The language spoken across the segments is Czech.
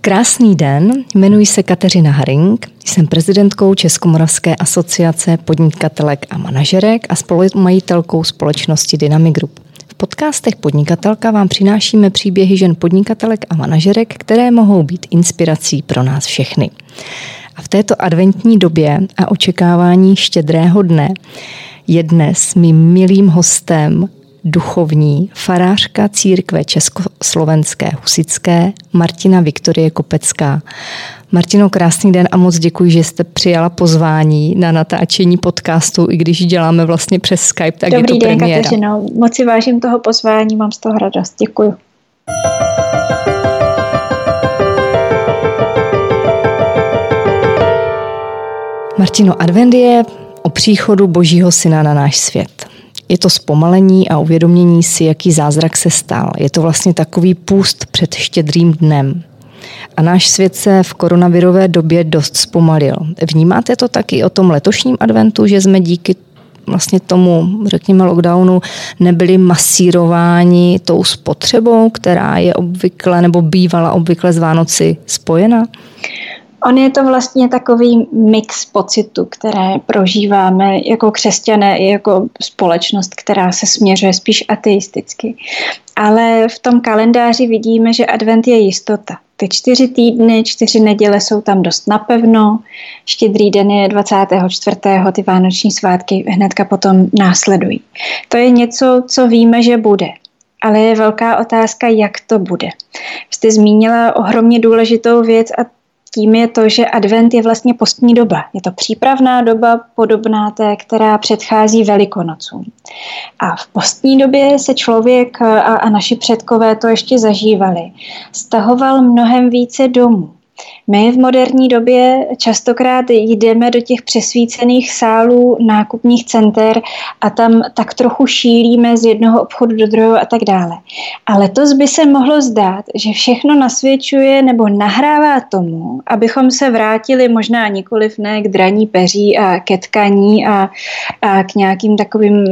Krásný den, jmenuji se Kateřina Haring, jsem prezidentkou Českomoravské asociace podnikatelek a manažerek a spolumajitelkou společnosti Dynamic Group. V podcastech Podnikatelka vám přinášíme příběhy žen podnikatelek a manažerek, které mohou být inspirací pro nás všechny. A v této adventní době a očekávání štědrého dne je dnes mým milým hostem duchovní farářka církve Československé husitské Martina Viktorie Kopecká. Martino, krásný den a moc děkuji, že jste přijala pozvání na natáčení podcastu, i když děláme vlastně přes Skype, tak Dobrý je to premiéra. Dobrý den, Kateřino. Moc si vážím toho pozvání, mám z toho radost. Děkuji. Martino, advent je o příchodu Božího Syna na náš svět. Je to zpomalení a uvědomění si, jaký zázrak se stal. Je to vlastně takový půst před štědrým dnem. A náš svět se v koronavirové době dost zpomalil. Vnímáte to taky o tom letošním adventu, že jsme díky vlastně tomu, řekněme, lockdownu nebyli masírováni tou spotřebou, která je obvykle nebo bývala obvykle s Vánoci spojena? On je to vlastně takový mix pocitu, které prožíváme jako křesťané i jako společnost, která se směřuje spíš ateisticky. Ale v tom kalendáři vidíme, že advent je jistota. Ty 4 týdny, 4 neděle jsou tam dost napevno, štědrý den je 24. ty vánoční svátky hnedka potom následují. To je něco, co víme, že bude. Ale je velká otázka, jak to bude. Jste zmínila ohromně důležitou věc a tím je to, že advent je vlastně postní doba. Je to přípravná doba podobná té, která předchází Velikonocům. A v postní době se člověk a naši předkové to ještě zažívali. Stahoval mnohem více domů. My v moderní době častokrát jdeme do těch přesvícených sálů nákupních center a tam tak trochu šílíme z jednoho obchodu do druhého a tak dále. A letos by se mohlo zdát, že všechno nasvědčuje nebo nahrává tomu, abychom se vrátili možná nikoliv ne k draní peří a ke tkaní a k nějakým takovým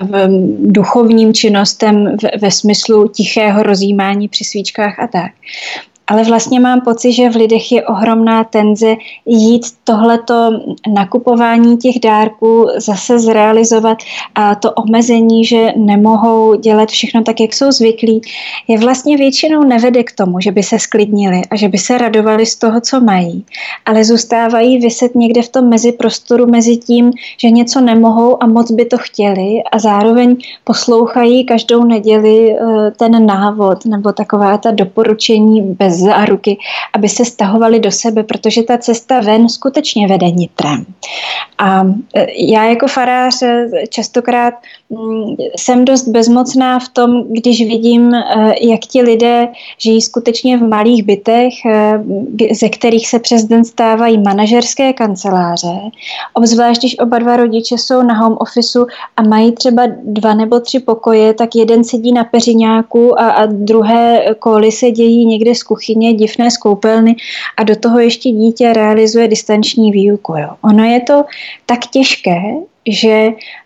duchovním činnostem ve smyslu tichého rozjímání při svíčkách a tak. Ale vlastně mám pocit, že v lidech je ohromná tenze jít tohleto nakupování těch dárků zase zrealizovat a to omezení, že nemohou dělat všechno tak, jak jsou zvyklí, je vlastně většinou nevede k tomu, že by se sklidnili a že by se radovali z toho, co mají, ale zůstávají viset někde v tom meziprostoru mezi tím, že něco nemohou a moc by to chtěli a zároveň poslouchají každou neděli ten návod nebo taková ta doporučení bez záruky, aby se stahovali do sebe, protože ta cesta ven skutečně vede nitrem. A já jako farář častokrát jsem dost bezmocná v tom, když vidím, jak ti lidé žijí skutečně v malých bytech, ze kterých se přes den stávají manažerské kanceláře, obzvlášť když oba dva rodiče jsou na home officeu a mají třeba 2 nebo 3 pokoje, tak jeden sedí na peřiňáku a druhé koly se dějí někde z kuchyně, divné z koupelny a do toho ještě dítě realizuje distanční výuku. Jo. Ono je to tak těžké, že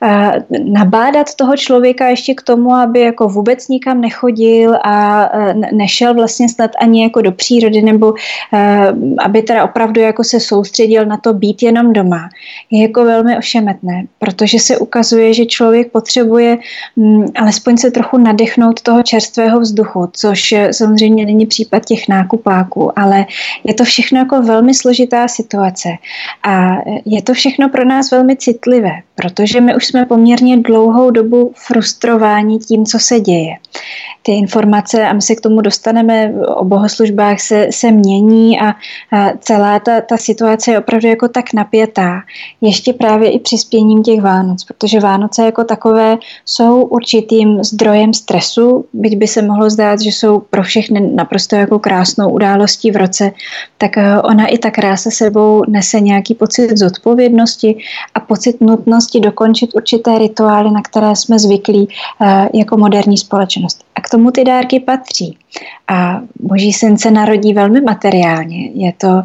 nabádat toho člověka ještě k tomu, aby jako vůbec nikam nechodil a nešel vlastně snad ani jako do přírody, nebo aby teda opravdu jako se soustředil na to být jenom doma, je jako velmi ošemetné, protože se ukazuje, že člověk potřebuje alespoň se trochu nadechnout toho čerstvého vzduchu, což samozřejmě není případ těch nákupáků, ale je to všechno jako velmi složitá situace a je to všechno pro nás velmi citlivé, protože my už jsme poměrně dlouhou dobu frustrováni tím, co se děje. Ty informace, a my se k tomu dostaneme, o bohoslužbách se mění a celá ta situace je opravdu jako tak napětá. Ještě právě i přispěním těch Vánoc, protože Vánoce jako takové jsou určitým zdrojem stresu, byť by se mohlo zdát, že jsou pro všechny naprosto jako krásnou událostí v roce, tak ona i ta krása sebou nese nějaký pocit zodpovědnosti a pocit nutnosti dokončit určité rituály, na které jsme zvyklí jako moderní společnost. A k tomu ty dárky patří. A Boží syn se narodí velmi materiálně. Je to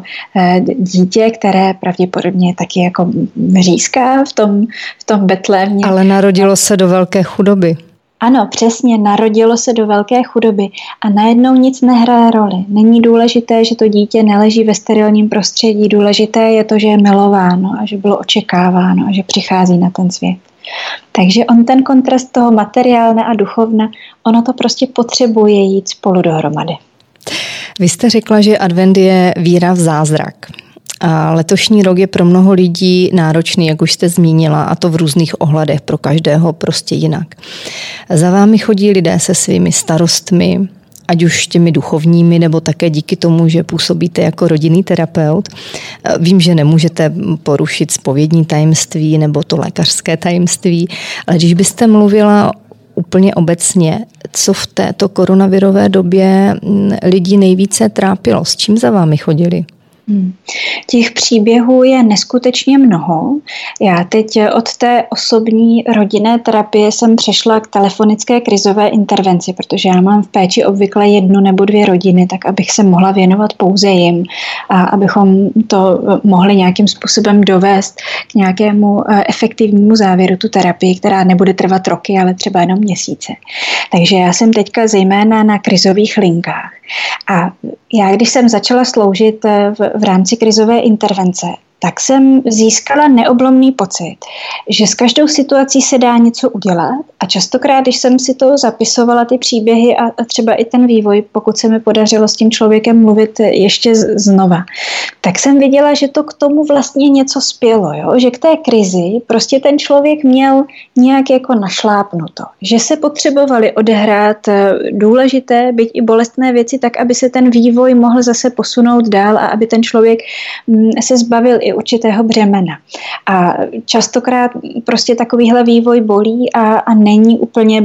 dítě, které pravděpodobně taky jako řízká v tom Betlémě. Ale narodilo se do velké chudoby. Ano, přesně, narodilo se do velké chudoby a najednou nic nehraje roli. Není důležité, že to dítě neleží ve sterilním prostředí, důležité je to, že je milováno a že bylo očekáváno a že přichází na ten svět. Takže on ten kontrast toho materiálna a duchovna, ono to prostě potřebuje jít spolu dohromady. Vy jste řekla, že advent je víra v zázrak. A letošní rok je pro mnoho lidí náročný, jak už jste zmínila, a to v různých ohledech, pro každého prostě jinak. Za vámi chodí lidé se svými starostmi, ať už těmi duchovními, nebo také díky tomu, že působíte jako rodinný terapeut. Vím, že nemůžete porušit zpovědní tajemství nebo to lékařské tajemství, ale když byste mluvila úplně obecně, co v této koronavirové době lidí nejvíce trápilo, s čím za vámi chodili? Těch příběhů je neskutečně mnoho. Já teď od té osobní rodinné terapie jsem přešla k telefonické krizové intervenci, protože já mám v péči obvykle 1 nebo 2 rodiny, tak abych se mohla věnovat pouze jim a abychom to mohli nějakým způsobem dovést k nějakému efektivnímu závěru, tu terapii, která nebude trvat roky, ale třeba jenom měsíce. Takže já jsem teďka zejména na krizových linkách. A já, když jsem začala sloužit v rámci krizové intervence, tak jsem získala neoblomný pocit, že s každou situací se dá něco udělat a častokrát, když jsem si to zapisovala, ty příběhy a třeba i ten vývoj, pokud se mi podařilo s tím člověkem mluvit ještě znova, tak jsem viděla, že to k tomu vlastně něco spělo, jo? Že k té krizi prostě ten člověk měl nějak jako našlápnuto, že se potřebovaly odehrát důležité, byť i bolestné věci, tak aby se ten vývoj mohl zase posunout dál a aby ten člověk se zbavil i určitého břemena. A častokrát prostě takovýhle vývoj bolí a není úplně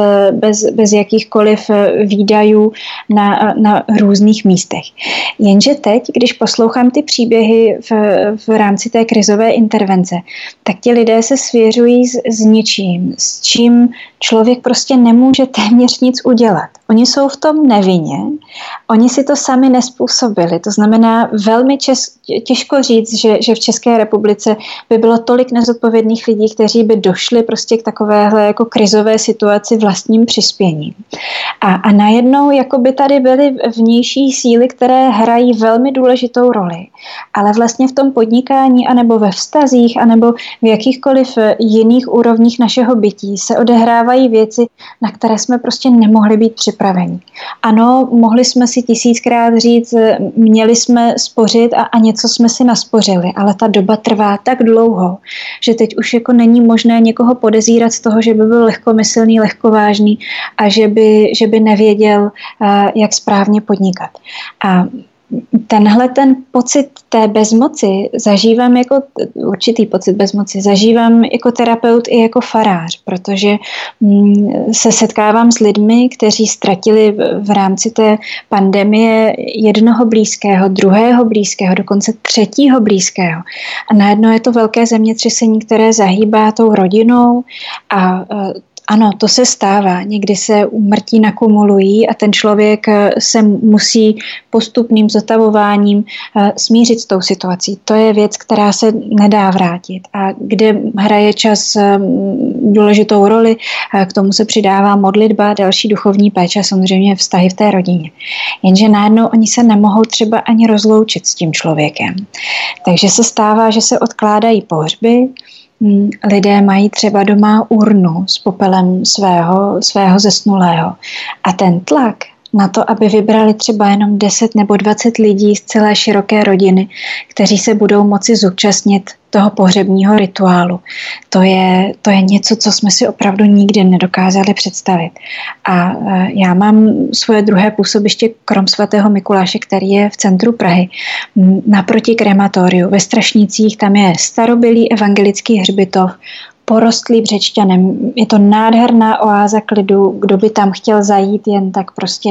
bez jakýchkoliv výdajů na různých místech. Jenže teď, když poslouchám ty příběhy v rámci té krizové intervence, tak ti lidé se svěřují s něčím, s čím člověk prostě nemůže téměř nic udělat. Oni jsou v tom nevinně, oni si to sami nezpůsobili. To znamená velmi těžko říct, že v České republice by bylo tolik nezodpovědných lidí, kteří by došli prostě k takovéhle jako krizové situaci vlastním přispěním. A najednou jako by tady byly vnější síly, které hrají velmi důležitou roli. Ale vlastně v tom podnikání, anebo ve vztazích, anebo v jakýchkoliv jiných úrovních našeho bytí se odehrávají věci, na které jsme prostě nemohli být připraveni. Ano, mohli jsme si 1000krát říct, měli jsme spořit a něco jsme si naspořili, ale ta doba trvá tak dlouho, že teď už jako není možné někoho podezírat z toho, že by byl lehkomyslný, lehkovážný a že by nevěděl, jak správně podnikat. A tenhle ten pocit té bezmoci zažívám jako určitý pocit bezmoci, zažívám jako terapeut i jako farář, protože se setkávám s lidmi, kteří ztratili v rámci té pandemie jednoho blízkého, druhého blízkého, dokonce třetího blízkého. A najednou je to velké zemětřesení, které zahýbá tou rodinou a ano, to se stává. Někdy se úmrtí nakumulují a ten člověk se musí postupným zotavováním smířit s tou situací. To je věc, která se nedá vrátit a kde hraje čas důležitou roli, k tomu se přidává modlitba, další duchovní péče a samozřejmě vztahy v té rodině. Jenže najednou oni se nemohou třeba ani rozloučit s tím člověkem. Takže se stává, že se odkládají pohřby. Lidé mají třeba doma urnu s popelem svého zesnulého. A ten tlak na to, aby vybrali třeba jenom 10 nebo 20 lidí z celé široké rodiny, kteří se budou moci zúčastnit toho pohřebního rituálu. To je něco, co jsme si opravdu nikdy nedokázali představit. A já mám svoje druhé působiště krom svatého Mikuláše, který je v centru Prahy, naproti krematoriu. Ve Strašnicích tam je starobylý evangelický hřbitov, porostlý Břečťanem. Je to nádherná oáza klidu, kdo by tam chtěl zajít jen tak prostě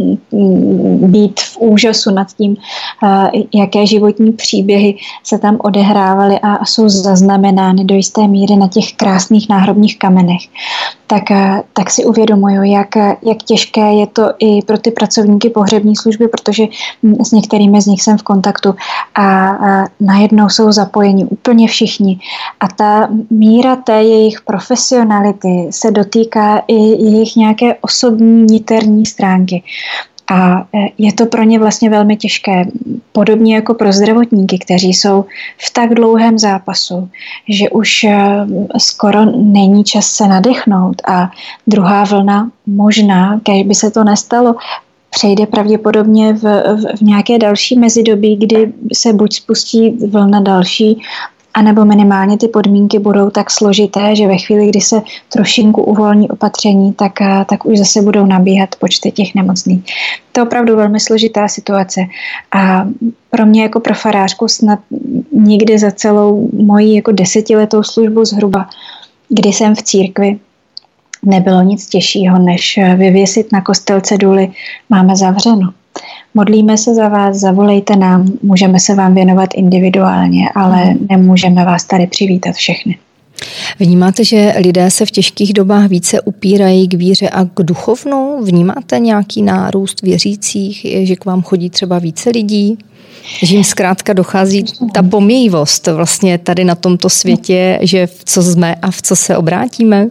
být v úžasu nad tím, jaké životní příběhy se tam odehrávaly a jsou zaznamenány do jisté míry na těch krásných náhrobních kamenech. tak si uvědomuju, jak těžké je to i pro ty pracovníky pohřební služby, protože s některými z nich jsem v kontaktu a najednou jsou zapojeni úplně všichni. A ta míra té jejich profesionality se dotýká i jejich nějaké osobní niterní stránky. A je to pro ně vlastně velmi těžké, podobně jako pro zdravotníky, kteří jsou v tak dlouhém zápasu, že už skoro není čas se nadechnout a druhá vlna možná, když by se to nestalo, přejde pravděpodobně v nějaké další mezidobí, kdy se buď spustí vlna další, anebo minimálně ty podmínky budou tak složité, že ve chvíli, kdy se trošinku uvolní opatření, tak už zase budou nabíhat počty těch nemocných. To je opravdu velmi složitá situace a pro mě jako pro farářku snad nikdy za celou moji jako 10letou službu zhruba, kdy jsem v církvi, nebylo nic těžšího, než vyvěsit na kostel ceduli máme zavřeno. Modlíme se za vás, zavolejte nám, můžeme se vám věnovat individuálně, ale nemůžeme vás tady přivítat všechny. Vnímáte, že lidé se v těžkých dobách více upírají k víře a k duchovnu? Vnímáte nějaký nárůst věřících, že k vám chodí třeba více lidí? Že jim zkrátka dochází ta pomíjivost vlastně tady na tomto světě, že v co jsme a v co se obrátíme?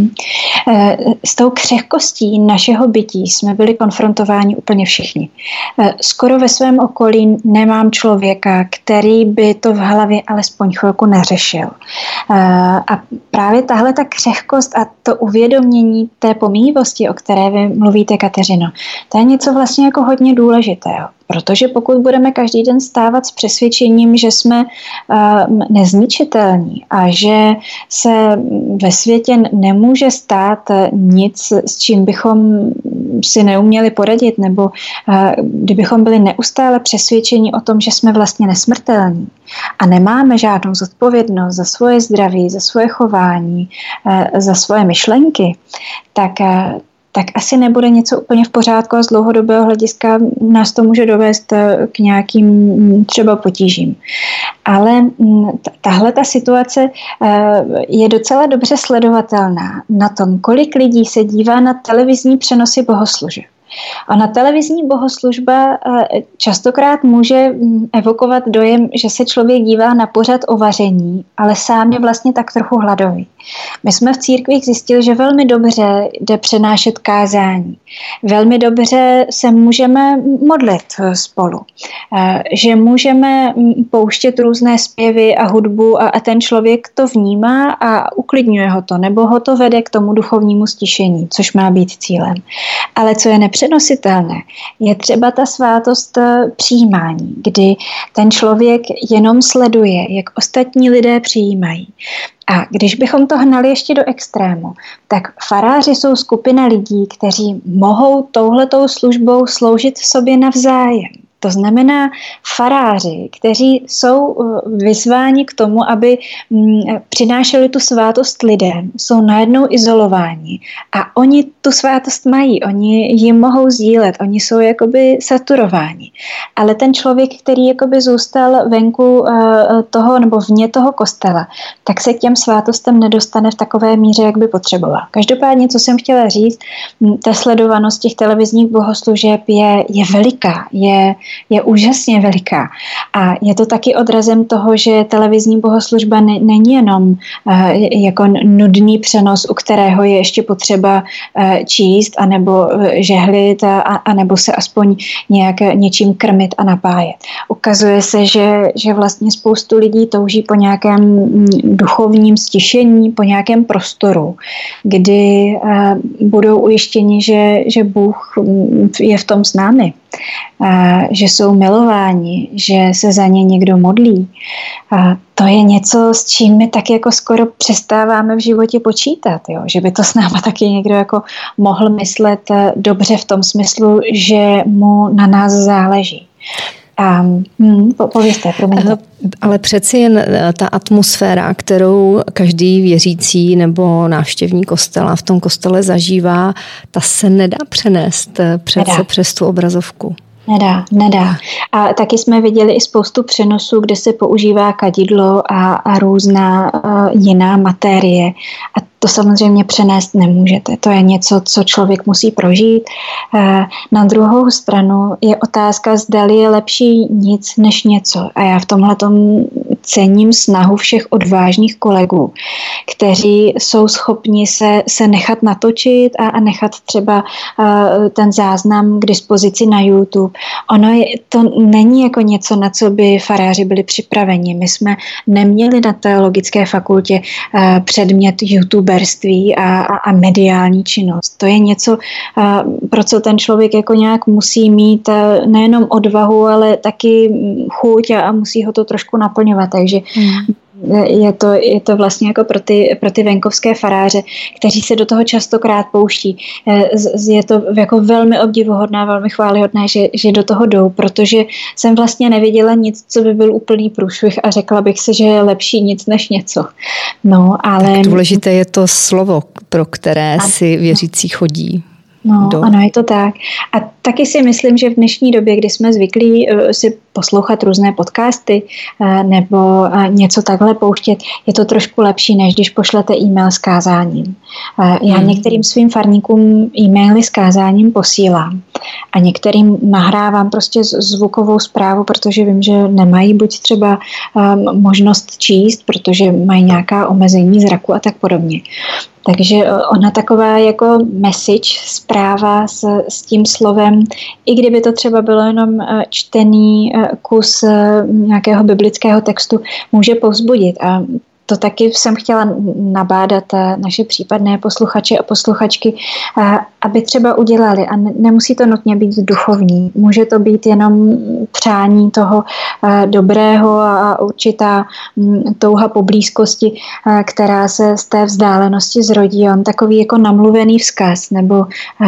S tou křehkostí našeho bytí jsme byli konfrontováni úplně všichni. Skoro ve svém okolí nemám člověka, který by to v hlavě alespoň chvilku neřešil. A právě tahle ta křehkost a to uvědomění té pomíjivosti, o které vy mluvíte, Kateřino, to je něco vlastně jako hodně důležitého. Protože pokud budeme každý den stávat s přesvědčením, že jsme nezničitelní a že se ve světě nemůže stát nic, s čím bychom si neuměli poradit, nebo kdybychom byli neustále přesvědčeni o tom, že jsme vlastně nesmrtelní a nemáme žádnou zodpovědnost za svoje zdraví, za svoje chování, za svoje myšlenky, tak asi nebude něco úplně v pořádku a z dlouhodobého hlediska nás to může dovést k nějakým třeba potížím. Ale tahle ta situace je docela dobře sledovatelná na tom, kolik lidí se dívá na televizní přenosy bohoslužeb. Ona televizní bohoslužba častokrát může evokovat dojem, že se člověk dívá na pořad o vaření, ale sám je vlastně tak trochu hladový. My jsme v církvích zjistili, že velmi dobře jde přenášet kázání. Velmi dobře se můžeme modlit spolu. Že můžeme pouštět různé zpěvy a hudbu a ten člověk to vnímá a uklidňuje ho to, nebo ho to vede k tomu duchovnímu stišení, což má být cílem. Ale co je nepřenositelné, je třeba ta svátost přijímání, kdy ten člověk jenom sleduje, jak ostatní lidé přijímají. A když bychom to hnali ještě do extrému, tak faráři jsou skupina lidí, kteří mohou touhletou službou sloužit sobě navzájem. To znamená faráři, kteří jsou vyzváni k tomu, aby přinášeli tu svátost lidem, jsou najednou izolováni a oni tu svátost mají, oni ji mohou sdílet, oni jsou jakoby saturováni. Ale ten člověk, který jakoby zůstal venku toho nebo vně toho kostela, tak se k těm svátostem nedostane v takové míře, jak by potřeboval. Každopádně, co jsem chtěla říct, ta sledovanost těch televizních bohoslužeb je veliká, je úžasně veliká. A je to taky odrazem toho, že televizní bohoslužba není jenom jako nudný přenos, u kterého je ještě potřeba číst, anebo žehlit, anebo se aspoň něčím krmit a napájet. Ukazuje se, že vlastně spoustu lidí touží po nějakém duchovním stišení, po nějakém prostoru, kdy budou ujištěni, že Bůh je v tom s námi. Že jsou milováni, že se za ně někdo modlí. To je něco, s čím my tak jako skoro přestáváme v životě počítat, jo? Že by to s náma taky někdo jako mohl myslet dobře v tom smyslu, že mu na nás záleží. Povězte, promiňte. Ale přeci jen ta atmosféra, kterou každý věřící nebo návštěvník kostela v tom kostele zažívá, ta se nedá přenést přes tu obrazovku. Nedá. A taky jsme viděli i spoustu přenosů, kde se používá kadidlo a různá jiná materie. A to samozřejmě přenést nemůžete. To je něco, co člověk musí prožít. Na druhou stranu je otázka, zdali je lepší nic než něco. A já v tomhletom cením snahu všech odvážných kolegů, kteří jsou schopni se nechat natočit a nechat třeba ten záznam k dispozici na YouTube. To není jako něco, na co by faráři byli připraveni. My jsme neměli na teologické fakultě předmět youtuberství a mediální činnost. To je něco, pro co ten člověk jako nějak musí mít nejenom odvahu, ale taky chuť a musí ho to trošku naplňovat. Takže je to vlastně jako pro ty venkovské faráře, kteří se do toho častokrát pouští. Je to jako velmi obdivuhodné, velmi chvályhodné, že do toho jdou, protože jsem vlastně neviděla nic, co by byl úplný průšvih a řekla bych si, že je lepší nic než něco. No, ale... Tak důležité je to slovo, pro které si věřící chodí. Ano, je to tak. A taky si myslím, že v dnešní době, kdy jsme zvyklí si poslouchat různé podcasty nebo něco takhle pouštět, je to trošku lepší, než když pošlete e-mail s kázáním. Já některým svým farníkům e-maily s kázáním posílám a některým nahrávám prostě zvukovou zprávu, protože vím, že nemají buď třeba možnost číst, protože mají nějaká omezení zraku a tak podobně. Takže ona taková jako message, zpráva s tím slovem, i kdyby to třeba bylo jenom čtený kus nějakého biblického textu, může povzbudit. A to taky jsem chtěla nabádat naše případné posluchače a posluchačky, aby třeba udělali. A nemusí to nutně být duchovní. Může to být jenom přání toho dobrého a určitá touha po blízkosti, která se z té vzdálenosti zrodí. On takový jako namluvený vzkaz nebo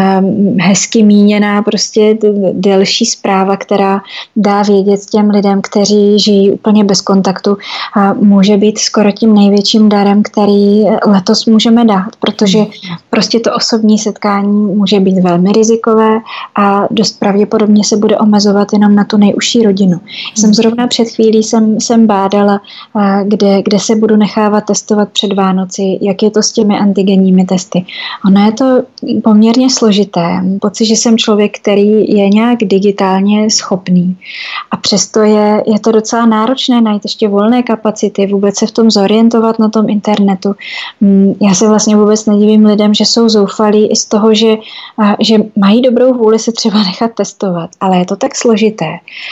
hezky míněná prostě delší zpráva, která dá vědět těm lidem, kteří žijí úplně bez kontaktu, může být skoro tím největším darem, který letos můžeme dát, protože prostě to osobní setkání může být velmi rizikové a dost pravděpodobně se bude omezovat jenom na tu nejužší rodinu. Jsem zrovna před chvílí jsem bádala, kde se budu nechávat testovat před Vánoci, jak je to s těmi antigenními testy. Ono je to poměrně složité. Mám pocit, že jsem člověk, který je nějak digitálně schopný a přesto je to docela náročné najít ještě volné kapacity, vůbec se v tom zorientovat na tom internetu. Já se vlastně vůbec nedivím lidem, že jsou zoufalí i z toho, že mají dobrou vůli se třeba nechat testovat, ale je to tak složité,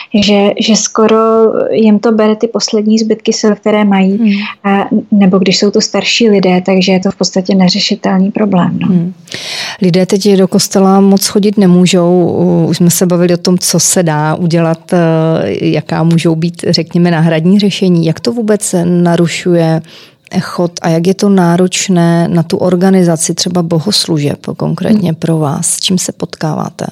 že skoro jim to bere ty poslední zbytky sil, které mají, nebo když jsou to starší lidé, takže je to v podstatě neřešitelný problém. No. Lidé teď do kostela moc chodit nemůžou. Už jsme se bavili o tom, co se dá udělat, jaká můžou být, řekněme, náhradní řešení. Jak to vůbec narušuje chod a jak je to náročné na tu organizaci třeba bohoslužeb, konkrétně pro vás? S čím se potkáváte?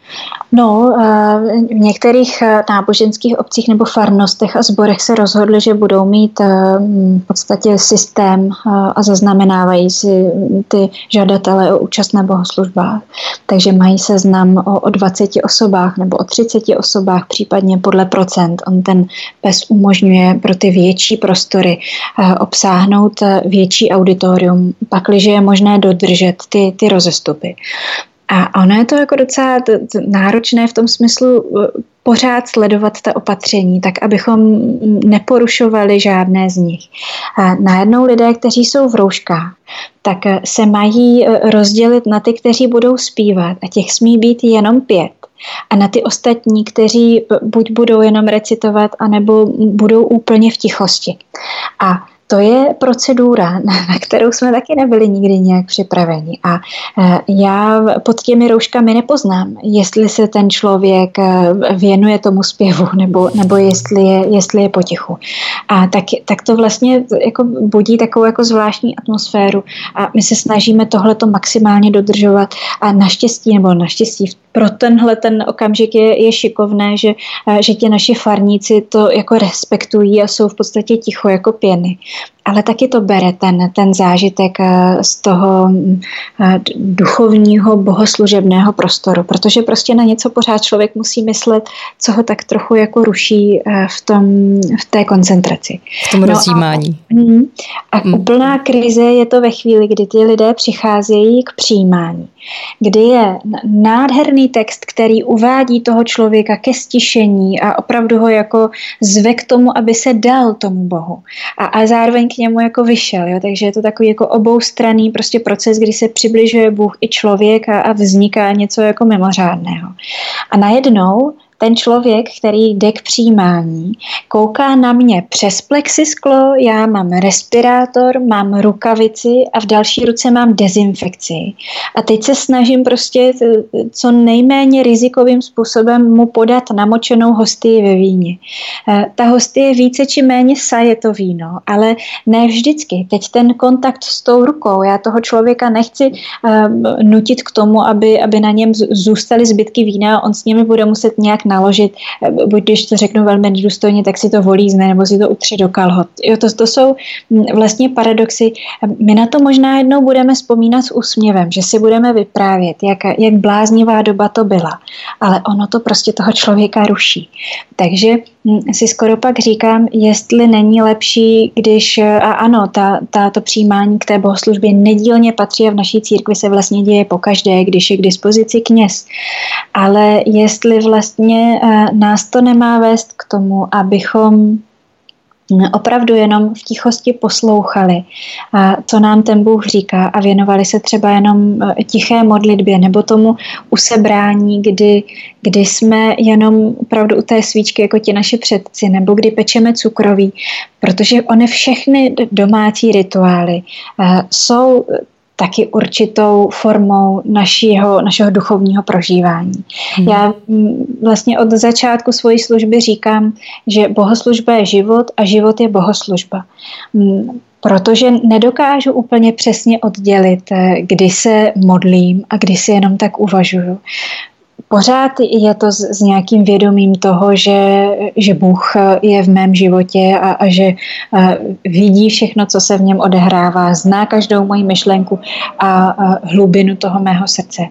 No, v některých náboženských obcích nebo farnostech a sborech se rozhodli, že budou mít v podstatě systém a zaznamenávají si ty žadatele o účast na bohoslužbách. Takže mají seznam o 20 osobách nebo o 30 osobách, případně podle procent. On ten PES umožňuje pro ty větší prostory obsáhnout větší auditorium, pakliže je možné dodržet ty rozestupy. A ono je to jako docela náročné v tom smyslu pořád sledovat ta opatření, tak abychom neporušovali žádné z nich. A najednou lidé, kteří jsou v rouškách, tak se mají rozdělit na ty, kteří budou zpívat a těch smí být jenom 5. A na ty ostatní, kteří buď budou jenom recitovat, anebo budou úplně v tichosti. A to je procedura, na kterou jsme taky nebyli nikdy nějak připraveni. A já pod těmi rouškami nepoznám, jestli se ten člověk věnuje tomu zpěvu, nebo jestli je potichu. A tak to vlastně jako budí takovou jako zvláštní atmosféru. A my se snažíme tohleto maximálně dodržovat. A naštěstí pro tenhle ten okamžik je šikovné, že ti naši farníci to jako respektují a jsou v podstatě ticho jako pěny. ale taky to bere ten zážitek z toho duchovního, bohoslužebného prostoru, protože prostě na něco pořád člověk musí myslet, co ho tak trochu jako ruší v té koncentraci. V tom rozjímání. A úplná krize je to ve chvíli, kdy ty lidé přicházejí k přijímání, kdy je nádherný text, který uvádí toho člověka ke stišení a opravdu ho jako zve k tomu, aby se dal tomu Bohu. A zároveň k němu jako vyšel. Jo? Takže je to takový jako oboustranný prostě proces, kdy se přibližuje Bůh i člověk a vzniká něco jako mimořádného. A najednou ten člověk, který jde k přijímání, kouká na mě přes plexisklo, já mám respirátor, mám rukavici a v další ruce mám dezinfekci. A teď se snažím prostě co nejméně rizikovým způsobem mu podat namočenou hostii ve víně. Ta hostie více či méně saje to víno, ale ne vždycky. Teď ten kontakt s tou rukou, já toho člověka nechci nutit k tomu, aby na něm zůstaly zbytky vína, on s nimi bude muset nějak naložit, buď když to řeknu velmi nedůstojně, tak si to volízne nebo si to utře do kalhot. Jo, to jsou vlastně paradoxy. My na to možná jednou budeme vzpomínat s úsměvem, že si budeme vyprávět, jak bláznivá doba to byla, ale ono to prostě toho člověka ruší. Takže si skoro pak říkám, jestli není lepší, když, a ano, to přijímání k té bohoslužbě nedílně patří a v naší církvi se vlastně děje pokaždé, když je k dispozici kněz. Ale jestli vlastně nás to nemá vést k tomu, abychom opravdu jenom v tichosti poslouchali, co nám ten Bůh říká a věnovali se třeba jenom tiché modlitbě nebo tomu usebrání, kdy jsme jenom opravdu u té svíčky jako ti naši předci nebo kdy pečeme cukroví, protože ony všechny domácí rituály jsou taky určitou formou našeho duchovního prožívání. Já vlastně od začátku svojí služby říkám, že bohoslužba je život a život je bohoslužba. Protože nedokážu úplně přesně oddělit, kdy se modlím a kdy si jenom tak uvažuju. Pořád je to s nějakým vědomím toho, že Bůh je v mém životě a že vidí všechno, co se v něm odehrává, zná každou moji myšlenku a hlubinu toho mého srdce.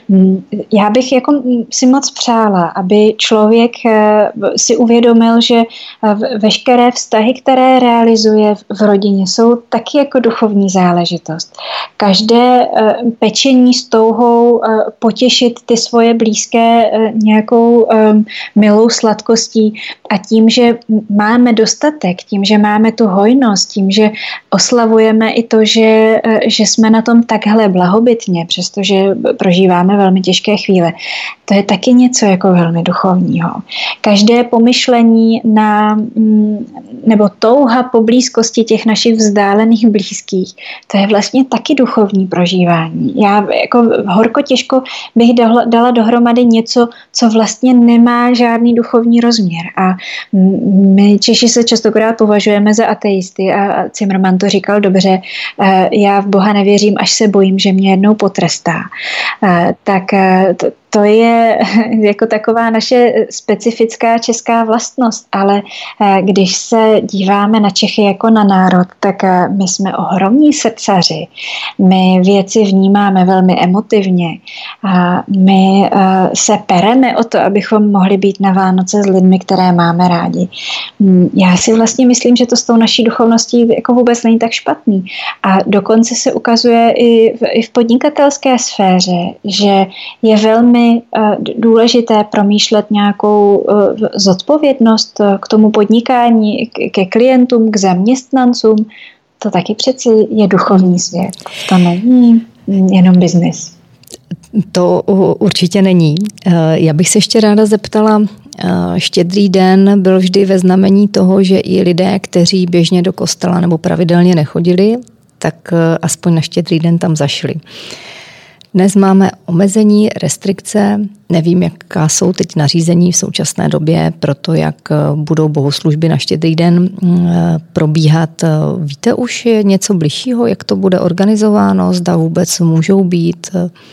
Já bych jako si moc přála, aby člověk si uvědomil, že veškeré vztahy, které realizuje v rodině, jsou taky jako duchovní záležitost. Každé pečení s touhou potěšit ty svoje blízké nějakou milou sladkostí a tím, že máme dostatek, tím, že máme tu hojnost, tím, že oslavujeme i to, že jsme na tom takhle blahobytně, přestože prožíváme velmi těžké chvíle. To je taky něco jako velmi duchovního. Každé pomyšlení nebo touha po blízkosti těch našich vzdálených blízkých, to je vlastně taky duchovní prožívání. Já jako horko těžko bych dala dohromady něco, co vlastně nemá žádný duchovní rozměr. A my Češi se častokrát považujeme za ateisty a Zimmermann to říkal dobře, já v Boha nevěřím, až se bojím, že mě jednou potrestá. Tak to je jako taková naše specifická česká vlastnost, ale když se díváme na Čechy jako na národ, tak my jsme ohromní srdcaři. My věci vnímáme velmi emotivně. My se pereme o to, abychom mohli být na Vánoce s lidmi, které máme rádi. Já si vlastně myslím, že to s tou naší duchovností jako vůbec není tak špatný. A dokonce se ukazuje i v podnikatelské sféře, že je velmi důležité promýšlet nějakou zodpovědnost k tomu podnikání, ke klientům, k zaměstnancům. To taky přeci je duchovní svět. To není jenom biznis. To určitě není. Já bych se ještě ráda zeptala, Štědrý den byl vždy ve znamení toho, že i lidé, kteří běžně do kostela nebo pravidelně nechodili, tak aspoň na Štědrý den tam zašli. Dnes máme omezení, restrikce, nevím, jaká jsou teď nařízení v současné době pro to, jak budou bohoslužby na Štědrý den probíhat. Víte už něco bližšího, jak to bude organizováno, zda vůbec můžou být?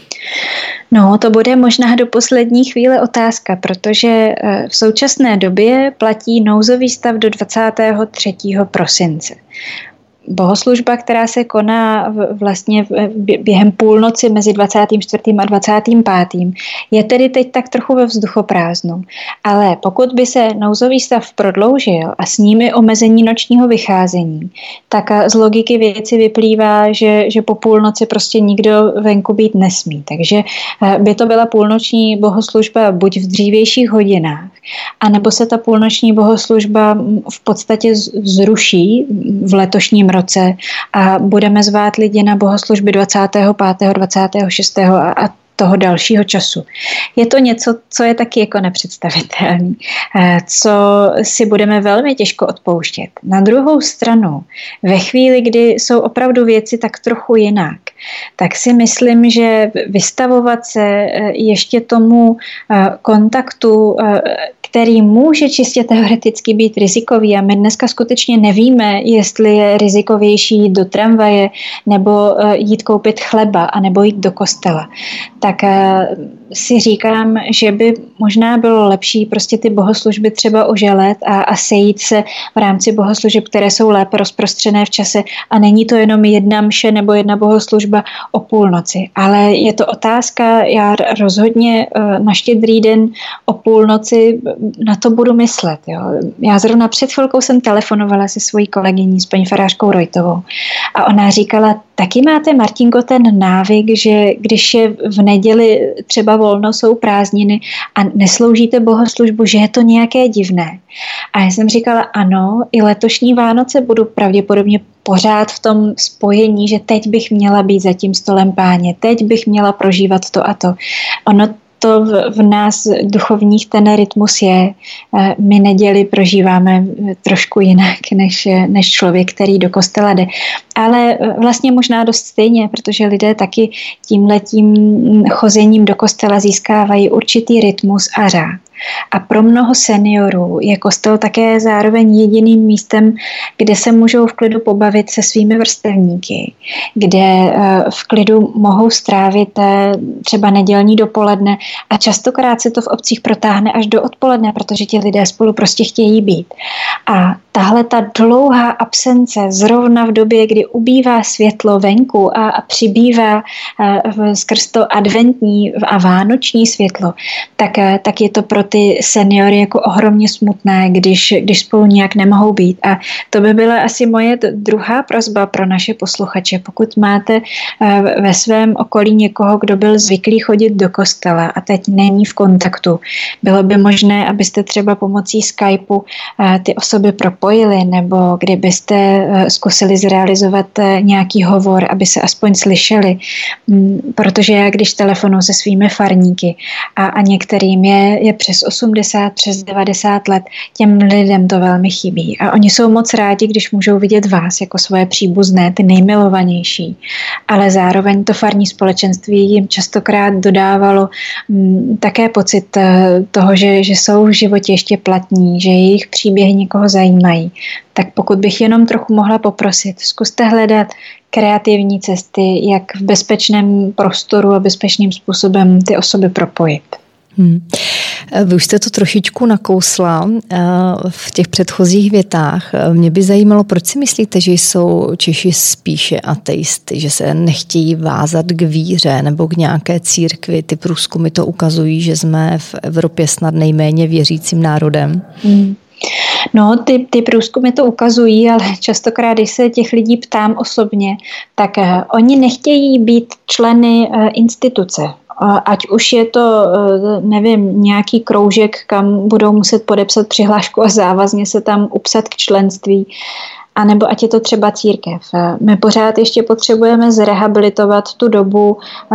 No, to bude možná do poslední chvíle otázka, protože v současné době platí nouzový stav do 23. prosince. bohoslužba, která se koná vlastně během půlnoci mezi 24. a 25. je tedy teď tak trochu ve vzduchoprázdnu. Ale pokud by se nouzový stav prodloužil a s ním i omezení nočního vycházení, tak z logiky věci vyplývá, že po půlnoci prostě nikdo venku být nesmí. Takže by to byla půlnoční bohoslužba buď v dřívějších hodinách, anebo se ta půlnoční bohoslužba v podstatě zruší v letošním roce a budeme zvát lidi na bohoslužby 25., 26. a toho dalšího času. Je to něco, co je taky jako nepředstavitelné, co si budeme velmi těžko odpouštět. Na druhou stranu, ve chvíli, kdy jsou opravdu věci tak trochu jinak, tak si myslím, že vystavovat se ještě tomu kontaktu, který může čistě teoreticky být rizikový a my dneska skutečně nevíme, jestli je rizikovější jít do tramvaje nebo jít koupit chleba a nebo jít do kostela. Tak si říkám, že by možná bylo lepší prostě ty bohoslužby třeba oželet a sejít se v rámci bohoslužeb, které jsou lépe rozprostřené v čase a není to jenom jedna mše nebo jedna bohoslužba o půlnoci. Ale je to otázka, já rozhodně na Štědrý den o půlnoci na to budu myslet. Jo. Já zrovna před chvilkou jsem telefonovala se svojí kolegyní, s paní farářkou Rojtovou a ona říkala, taky máte, Martinko, ten návyk, že když je v neděli třeba volno, jsou prázdniny a nesloužíte bohoslužbu, že je to nějaké divné. A já jsem říkala, ano, i letošní Vánoce budu pravděpodobně pořád v tom spojení, že teď bych měla být za tím stolem Páně, teď bych měla prožívat to a to. Ono to v nás duchovních ten rytmus je. My neděli prožíváme trošku jinak než člověk, který do kostela jde. Ale vlastně možná dost stejně, protože lidé taky tímhletím chozením do kostela získávají určitý rytmus a řád. A pro mnoho seniorů je kostel také zároveň jediným místem, kde se můžou v klidu pobavit se svými vrstevníky, kde v klidu mohou strávit třeba nedělní dopoledne a častokrát se to v obcích protáhne až do odpoledne, protože ti lidé spolu prostě chtějí být. A tahle ta dlouhá absence zrovna v době, kdy ubývá světlo venku a přibývá skrz to adventní a vánoční světlo, tak je to pro ty seniory jako ohromně smutné, když spolu nějak nemohou být. A to by byla asi moje druhá prosba pro naše posluchače. Pokud máte ve svém okolí někoho, kdo byl zvyklý chodit do kostela a teď není v kontaktu, bylo by možné, abyste třeba pomocí Skypeu ty osoby propojili, nebo kdybyste zkusili zrealizovat nějaký hovor, aby se aspoň slyšeli. Protože já, když telefonuji se svými farníky a některým je přes 80, přes 90 let, těm lidem to velmi chybí. A oni jsou moc rádi, když můžou vidět vás jako svoje příbuzné, ty nejmilovanější. Ale zároveň to farní společenství jim častokrát dodávalo také pocit toho, že jsou v životě ještě platní, že jejich příběhy někoho zajímají. Tak pokud bych jenom trochu mohla poprosit, zkuste hledat kreativní cesty, jak v bezpečném prostoru a bezpečným způsobem ty osoby propojit. Vy už jste to trošičku nakousla v těch předchozích větách. Mě by zajímalo, proč si myslíte, že jsou Češi spíše ateisty, že se nechtějí vázat k víře nebo k nějaké církvi. Ty průzkumy to ukazují, že jsme v Evropě snad nejméně věřícím národem. No, ty průzkumy to ukazují, ale častokrát, když se těch lidí ptám osobně, tak oni nechtějí být členy instituce. Ať už je to, nevím, nějaký kroužek, kam budou muset podepsat přihlášku a závazně se tam upsat k členství, anebo ať je to třeba církev. My pořád ještě potřebujeme zrehabilitovat tu dobu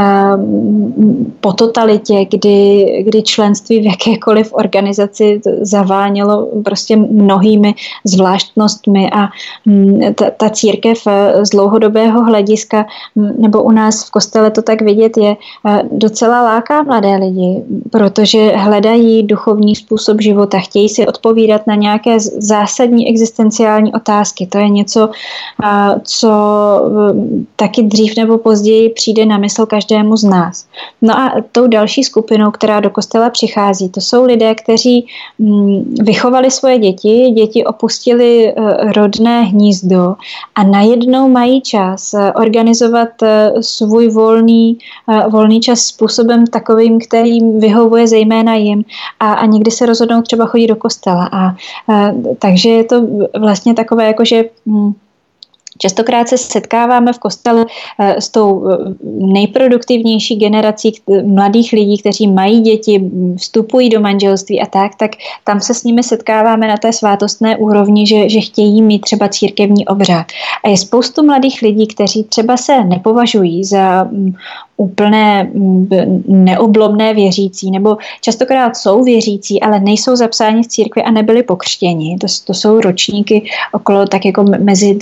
po totalitě, kdy členství v jakékoliv organizaci zavánělo prostě mnohými zvláštnostmi a ta církev z dlouhodobého hlediska, nebo u nás v kostele to tak vidět je, docela láká mladé lidi, protože hledají duchovní způsob života, chtějí si odpovídat na nějaké zásadní existenciální otázky. otázky. To je něco, co taky dřív nebo později přijde na mysl každému z nás. No a tou další skupinou, která do kostela přichází, to jsou lidé, kteří vychovali svoje děti opustili rodné hnízdo a najednou mají čas organizovat svůj volný čas způsobem takovým, kterým vyhovuje zejména jim a někdy se rozhodnou třeba chodit do kostela. Takže je to vlastně takové, jakože častokrát se setkáváme v kostele s tou nejproduktivnější generací mladých lidí, kteří mají děti, vstupují do manželství a tak tam se s nimi setkáváme na té svátostné úrovni, že chtějí mít třeba církevní obřad. A je spoustu mladých lidí, kteří třeba se nepovažují za úplné neoblomné věřící, nebo častokrát jsou věřící, ale nejsou zapsáni v církvi a nebyli pokřtěni. To jsou ročníky okolo tak jako mezi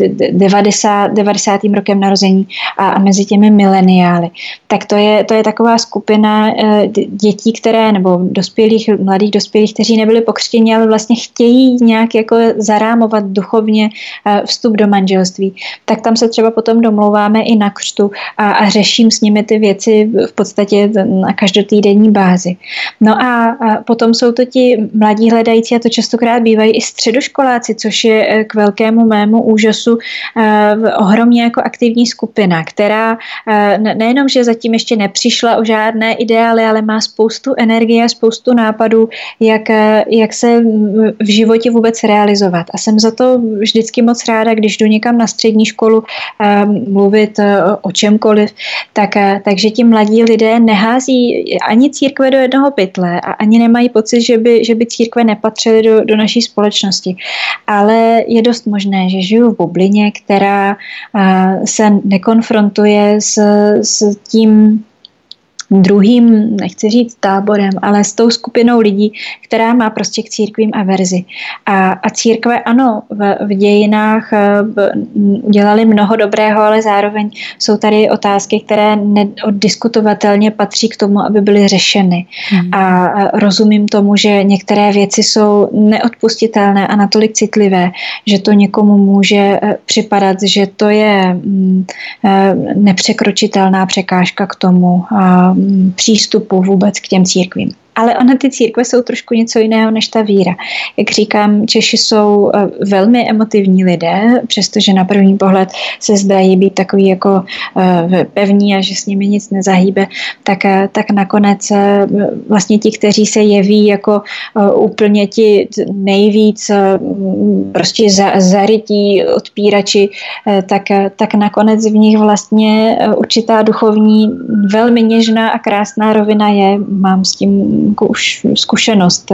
90. rokem narození a mezi těmi mileniály. Tak to je taková skupina dětí, nebo mladých dospělých, kteří nebyli pokřtěni, ale vlastně chtějí nějak jako zarámovat duchovně vstup do manželství. Tak tam se třeba potom domlouváme i na křtu a řeším s nimi ty věci v podstatě na každotýdenní bázi. No a potom jsou to ti mladí hledající, a to častokrát bývají i středoškoláci, což je k velkému mému úžasu ohromně jako aktivní skupina, která nejenom, že zatím ještě nepřišla o žádné ideály, ale má spoustu energie a spoustu nápadů, jak se v životě vůbec realizovat. A jsem za to vždycky moc ráda, když jdu někam na střední školu mluvit o čemkoliv, takže ti mladí lidé nehází ani církve do jednoho pytle a ani nemají pocit, že by církve nepatřily do naší společnosti. Ale je dost možné, že žiju v bublině, která se nekonfrontuje s tím druhým, nechci říct táborem, ale s tou skupinou lidí, která má prostě k církvím averzi. A církve, ano, v dějinách udělali mnoho dobrého, ale zároveň jsou tady otázky, které neoddiskutovatelně patří k tomu, aby byly řešeny. A rozumím tomu, že některé věci jsou neodpustitelné a natolik citlivé, že to někomu může připadat, že to je nepřekročitelná překážka k tomu přístupu vůbec k těm církvím. Ale ty církve jsou trošku něco jiného než ta víra. Jak říkám, Češi jsou velmi emotivní lidé, přestože na první pohled se zdají být takový jako pevní a že s nimi nic nezahýbe, tak nakonec vlastně ti, kteří se jeví jako úplně ti nejvíc prostě zarytí odpírači, tak nakonec v nich vlastně určitá duchovní, velmi něžná a krásná rovina je. Mám s tím jako už zkušenost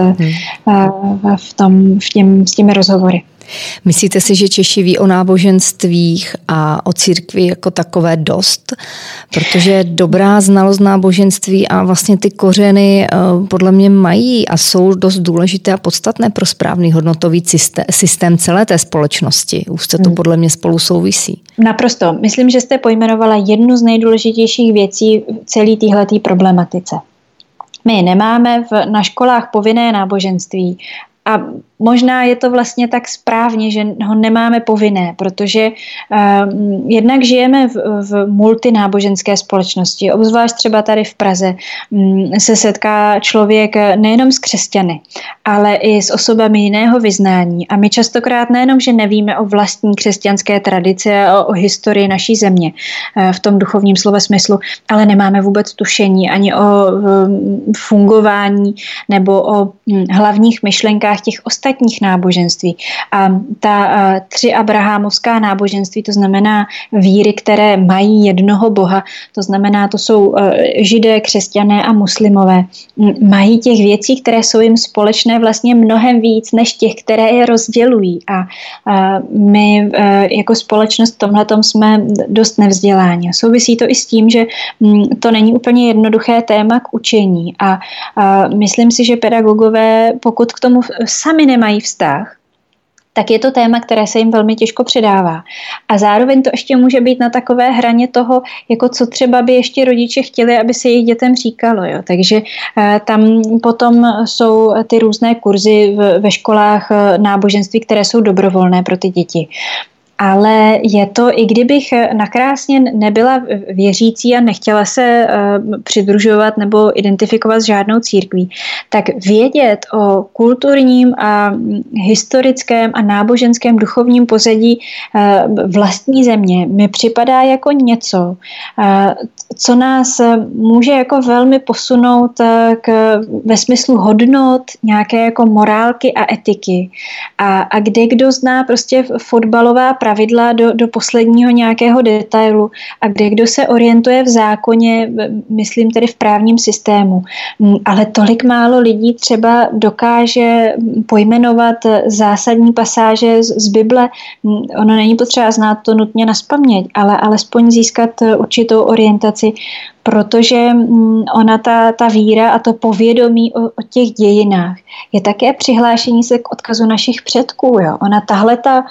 s těmi rozhovory. Myslíte si, že Češi ví o náboženstvích a o církvi jako takové dost? Protože dobrá znalost náboženství a vlastně ty kořeny podle mě mají a jsou dost důležité a podstatné pro správný hodnotový systém celé té společnosti. Už se to podle mě spolu souvisí. Naprosto. Myslím, že jste pojmenovala jednu z nejdůležitějších věcí v celé téhletý problematice. My nemáme na školách povinné náboženství a možná je to vlastně tak správně, že ho nemáme povinné, protože jednak žijeme v multináboženské společnosti, obzvlášť třeba tady v Praze se setká člověk nejenom s křesťany, ale i s osobami jiného vyznání. A my častokrát nejenom, že nevíme o vlastní křesťanské tradici a o historii naší země v tom duchovním slova smyslu, ale nemáme vůbec tušení ani o fungování nebo o hlavních myšlenkách těch ostatních náboženství. A ta tři abrahamovská náboženství, to znamená víry, které mají jednoho Boha, to znamená, to jsou židé, křesťané a muslimové, mají těch věcí, které jsou jim společné vlastně mnohem víc, než těch, které je rozdělují. A my jako společnost v tomhletom jsme dost nevzděláni. Souvisí to i s tím, že to není úplně jednoduché téma k učení. A myslím si, že pedagogové, pokud k tomu sami nemají vztah, tak je to téma, které se jim velmi těžko předává. A zároveň to ještě může být na takové hraně toho, jako co třeba by ještě rodiče chtěli, aby se jejich dětem říkalo. Jo. Takže tam potom jsou ty různé kurzy ve školách náboženství, které jsou dobrovolné pro ty děti. Ale je to, i kdybych nakrásně nebyla věřící a nechtěla se přidružovat nebo identifikovat s žádnou církví, tak vědět o kulturním a historickém a náboženském duchovním pozadí vlastní země mi připadá jako něco, co nás může jako velmi posunout ve smyslu hodnot, nějaké jako morálky a etiky. A kde kdo zná prostě fotbalová pravidla do posledního nějakého detailu a kde kdo se orientuje v zákoně, myslím tedy v právním systému. Ale tolik málo lidí třeba dokáže pojmenovat zásadní pasáže z Bible. Ono není potřeba znát to nutně nazpaměť, ale alespoň získat určitou orientaci, protože ona ta víra a to povědomí o těch dějinách je také přihlášení se k odkazu našich předků. Jo. Ona tahleta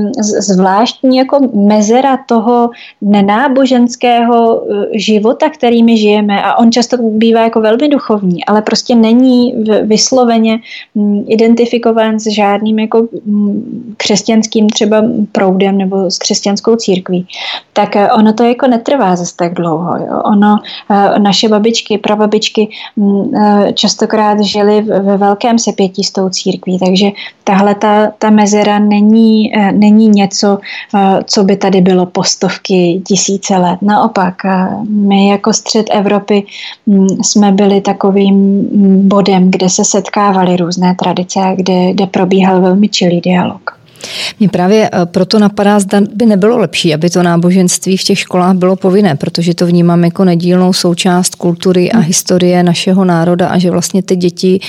zvláštní jako mezera toho nenáboženského života, kterými žijeme, a on často bývá jako velmi duchovní, ale prostě není vysloveně identifikován s žádným jako křesťanským třeba proudem nebo s křesťanskou církví. Tak ono to jako netrvá zase tak dlouho. Jo. Ono, naše babičky, prababičky častokrát žili ve velkém sepětí s tou církví, takže tahle ta mezera není něco, co by tady bylo po stovky, tisíce let. Naopak, my jako střed Evropy jsme byli takovým bodem, kde se setkávaly různé tradice a kde probíhal velmi čilý dialog. Mě právě proto napadá, zda by nebylo lepší, aby to náboženství v těch školách bylo povinné, protože to vnímám jako nedílnou součást kultury a historie našeho národa a že vlastně ty děti,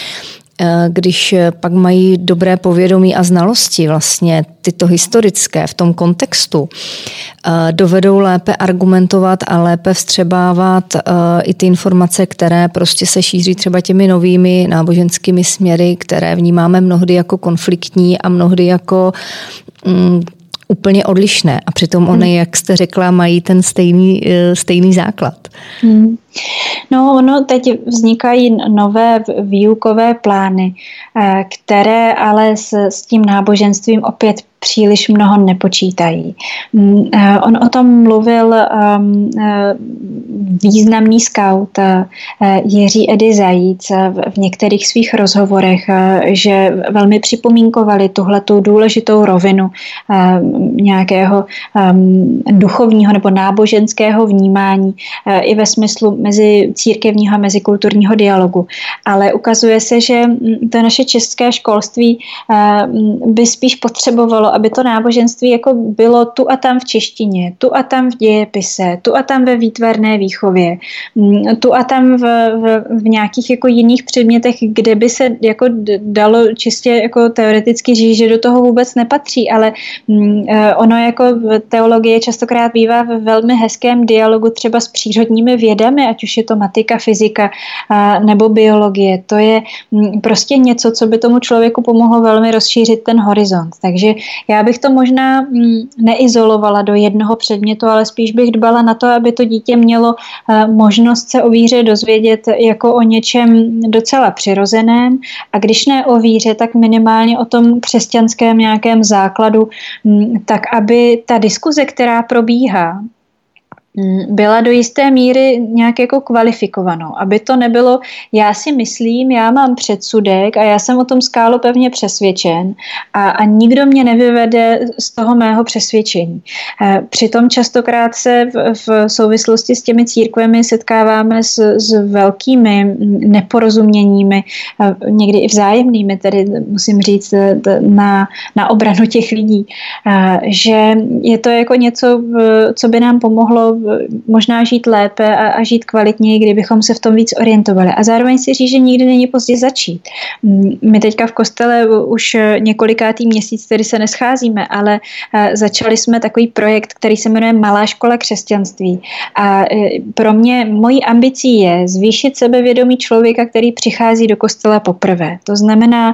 když pak mají dobré povědomí a znalosti vlastně tyto historické v tom kontextu, dovedou lépe argumentovat a lépe vstřebávat i ty informace, které prostě se šíří třeba těmi novými náboženskými směry, které vnímáme mnohdy jako konfliktní a mnohdy jako úplně odlišné. A přitom ony, jak jste řekla, mají ten stejný základ. No, ono teď vznikají nové výukové plány, které ale s tím náboženstvím opět příliš mnoho nepočítají. On o tom mluvil významný skaut Jiří Edy Zajíc v některých svých rozhovorech, že velmi připomínkovali tuhletu důležitou rovinu nějakého duchovního nebo náboženského vnímání i ve smyslu mezi církevního a mezikulturního dialogu. Ale ukazuje se, že to naše české školství by spíš potřebovalo, aby to náboženství jako bylo tu a tam v češtině, tu a tam v dějepise, tu a tam ve výtvarné výchově, tu a tam v nějakých jako jiných předmětech, kde by se jako dalo čistě jako teoreticky říct, že do toho vůbec nepatří, ale ono jako teologie častokrát bývá v velmi hezkém dialogu třeba s přírodními vědami, ať už je to matika, fyzika nebo biologie. To je prostě něco, co by tomu člověku pomohlo velmi rozšířit ten horizont. Takže já bych to možná neizolovala do jednoho předmětu, ale spíš bych dbala na to, aby to dítě mělo možnost se o víře dozvědět jako o něčem docela přirozeném a když ne o víře, tak minimálně o tom křesťanském nějakém základu, tak aby ta diskuze, která probíhá, byla do jisté míry nějak jako kvalifikovanou. Aby to nebylo, já si myslím, já mám předsudek a já jsem o tom skálopevně přesvědčen a nikdo mě nevyvede z toho mého přesvědčení. Přitom častokrát se v souvislosti s těmi církvemi setkáváme s velkými neporozuměními, někdy i vzájemnými, tedy musím říct na obranu těch lidí, že je to jako něco, co by nám pomohlo možná žít lépe a žít kvalitněji, kdybychom se v tom víc orientovali. A zároveň si říct, že nikdy není pozdě začít. My teďka v kostele už několikátý měsíc, tedy se nescházíme, ale začali jsme takový projekt, který se jmenuje Malá škola křesťanství. A pro mě mojí ambicí je zvýšit sebevědomí člověka, který přichází do kostela poprvé. To znamená,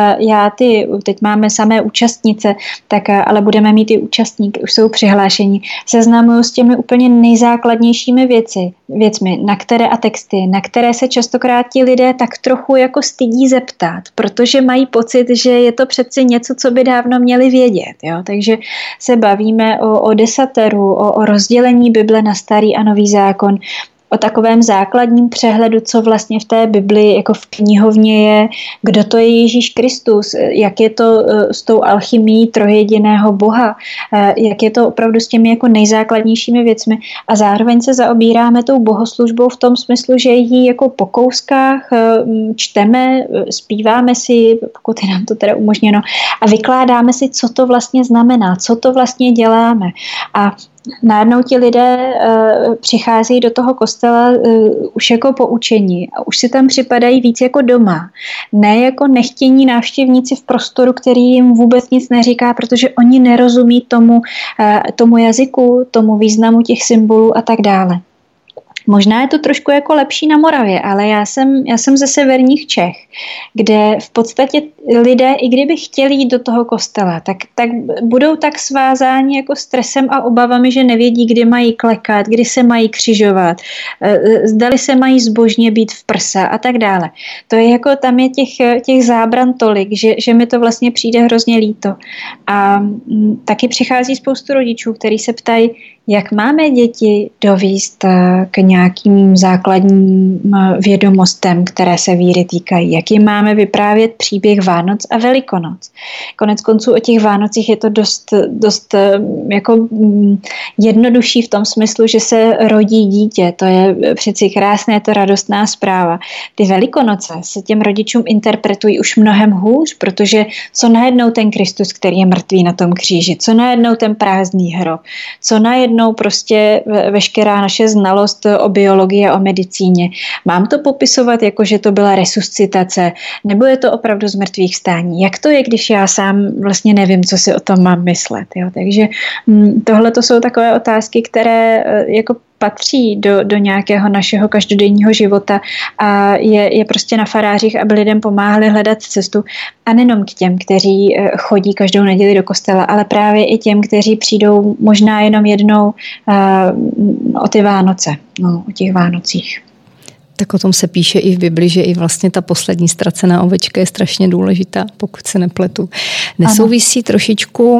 teď máme samé účastnice, tak ale budeme mít i účastníky, už jsou přihlášení. Seznamuju s těmi úplně nejzákladnějšími věcmi, na které se častokrát ti lidé tak trochu jako stydí zeptat, protože mají pocit, že je to přeci něco, co by dávno měli vědět. Jo? Takže se bavíme o desateru, o rozdělení Bible na Starý a Nový zákon, o takovém základním přehledu, co vlastně v té Bibli jako v knihovně je, kdo to je Ježíš Kristus, jak je to s tou alchymií trojjediného Boha, jak je to opravdu s těmi jako nejzákladnějšími věcmi a zároveň se zaobíráme tou bohoslužbou v tom smyslu, že ji jako po kouskách čteme, zpíváme si, pokud je nám to teda umožněno, a vykládáme si, co to vlastně znamená, co to vlastně děláme. A najednou ti lidé přicházejí do toho kostela už jako poučení a už si tam připadají víc jako doma. Ne jako nechtění návštěvníci v prostoru, který jim vůbec nic neříká, protože oni nerozumí tomu jazyku, tomu významu těch symbolů a tak dále. Možná je to trošku jako lepší na Moravě, ale já jsem ze severních Čech, kde v podstatě lidé, i kdyby chtěli jít do toho kostela, tak budou tak svázáni jako stresem a obavami, že nevědí, kdy mají klekat, kdy se mají křižovat, zdali se mají zbožně být v prsa a tak dále. To je jako, tam je těch zábran tolik, že mi to vlastně přijde hrozně líto. A taky přichází spoustu rodičů, kteří se ptají, jak máme děti dovíst k nějakým základním vědomostem, které se víry týkají? Jak jim máme vyprávět příběh Vánoc a Velikonoc? Konec konců o těch Vánocích je to dost jako jednodušší v tom smyslu, že se rodí dítě. To je přeci krásné, je to radostná zpráva. Ty Velikonoce se těm rodičům interpretují už mnohem hůř, protože co najednou ten Kristus, který je mrtvý na tom kříži, co najednou ten prázdný hrob, co najednou prostě veškerá naše znalost o biologii a o medicíně. Mám to popisovat jako, že to byla resuscitace, nebo je to opravdu z mrtvých vstání? Jak to je, když já sám vlastně nevím, co si o tom mám myslet? Jo? Takže tohle to jsou takové otázky, které jako patří do nějakého našeho každodenního života a je prostě na farářích, aby lidem pomáhali hledat cestu a nejenom k těm, kteří chodí každou neděli do kostela, ale právě i těm, kteří přijdou možná jenom jednou o ty Vánoce, o těch Vánocích. Tak o tom se píše i v Bibli, že i vlastně ta poslední ztracená ovečka je strašně důležitá, pokud se nepletu. Nesouvisí trošičku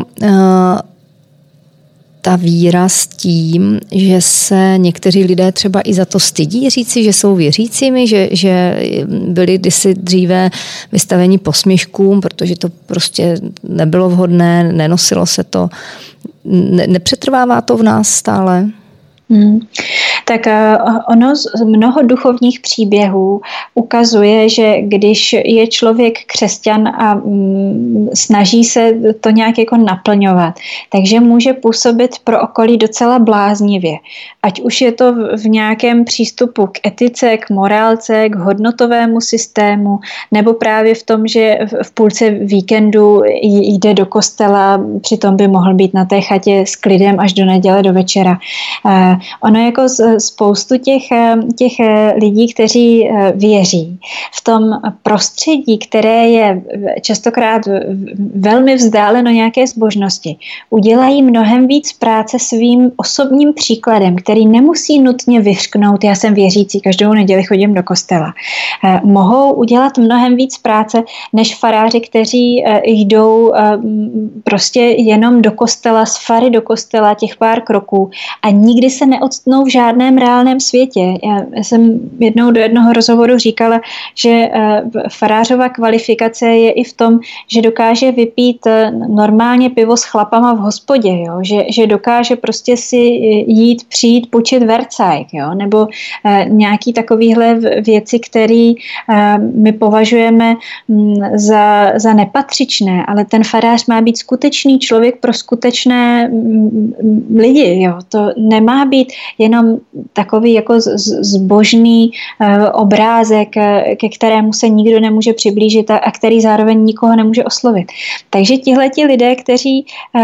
ta víra s tím, že se někteří lidé třeba i za to stydí říci, že jsou věřícími, že byli kdysi dříve vystaveni posměškům, protože to prostě nebylo vhodné, nenosilo se to. Nepřetrvává to v nás stále? Tak ono z mnoho duchovních příběhů ukazuje, že když je člověk křesťan a snaží se to nějak jako naplňovat, takže může působit pro okolí docela bláznivě. Ať už je to v nějakém přístupu k etice, k morálce, k hodnotovému systému, nebo právě v tom, že v půlce víkendu jde do kostela, přitom by mohl být na té chatě s klidem až do neděle do večera. Ono jako spoustu těch lidí, kteří věří v tom prostředí, které je častokrát velmi vzdáleno nějaké zbožnosti, udělají mnohem víc práce svým osobním příkladem, který nemusí nutně vyřknout, já jsem věřící, každou neděli chodím do kostela. Mohou udělat mnohem víc práce, než faráři, kteří jdou prostě jenom do kostela, z fary do kostela, těch pár kroků a nikdy se neodstnou v žádném reálném světě. Já jsem jednou do jednoho rozhovoru říkala, že farářova kvalifikace je i v tom, že dokáže vypít normálně pivo s chlapama v hospodě, jo? Že dokáže prostě si jít, přijít, půjčit vercajk, jo? Nebo nějaký takovýhle věci, které my považujeme za nepatřičné, ale ten farář má být skutečný člověk pro skutečné lidi. Jo? To nemá být jenom takový jako zbožný obrázek, ke kterému se nikdo nemůže přiblížit a který zároveň nikoho nemůže oslovit. Takže tihleti lidé, kteří,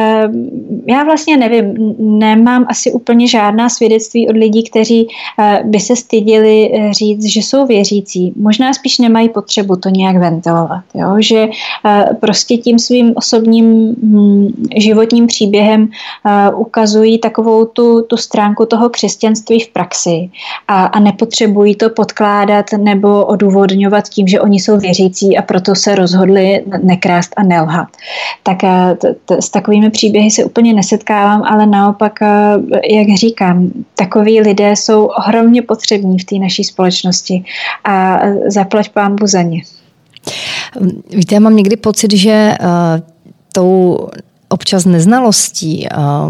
já vlastně nevím, nemám asi úplně žádná svědectví od lidí, kteří by se stydili říct, že jsou věřící. Možná spíš nemají potřebu to nějak ventilovat. Jo? Že prostě tím svým osobním životním příběhem ukazují takovou tu stránku toho křesťanství v praxi a nepotřebují to podkládat nebo odůvodňovat tím, že oni jsou věřící a proto se rozhodli nekrást a nelhat. Tak s takovými příběhy se úplně nesetkávám, ale naopak, jak říkám, takoví lidé jsou ohromně potřební v té naší společnosti a zaplať pánbu za ně. Víte, já mám někdy pocit, že tou občas neznalostí,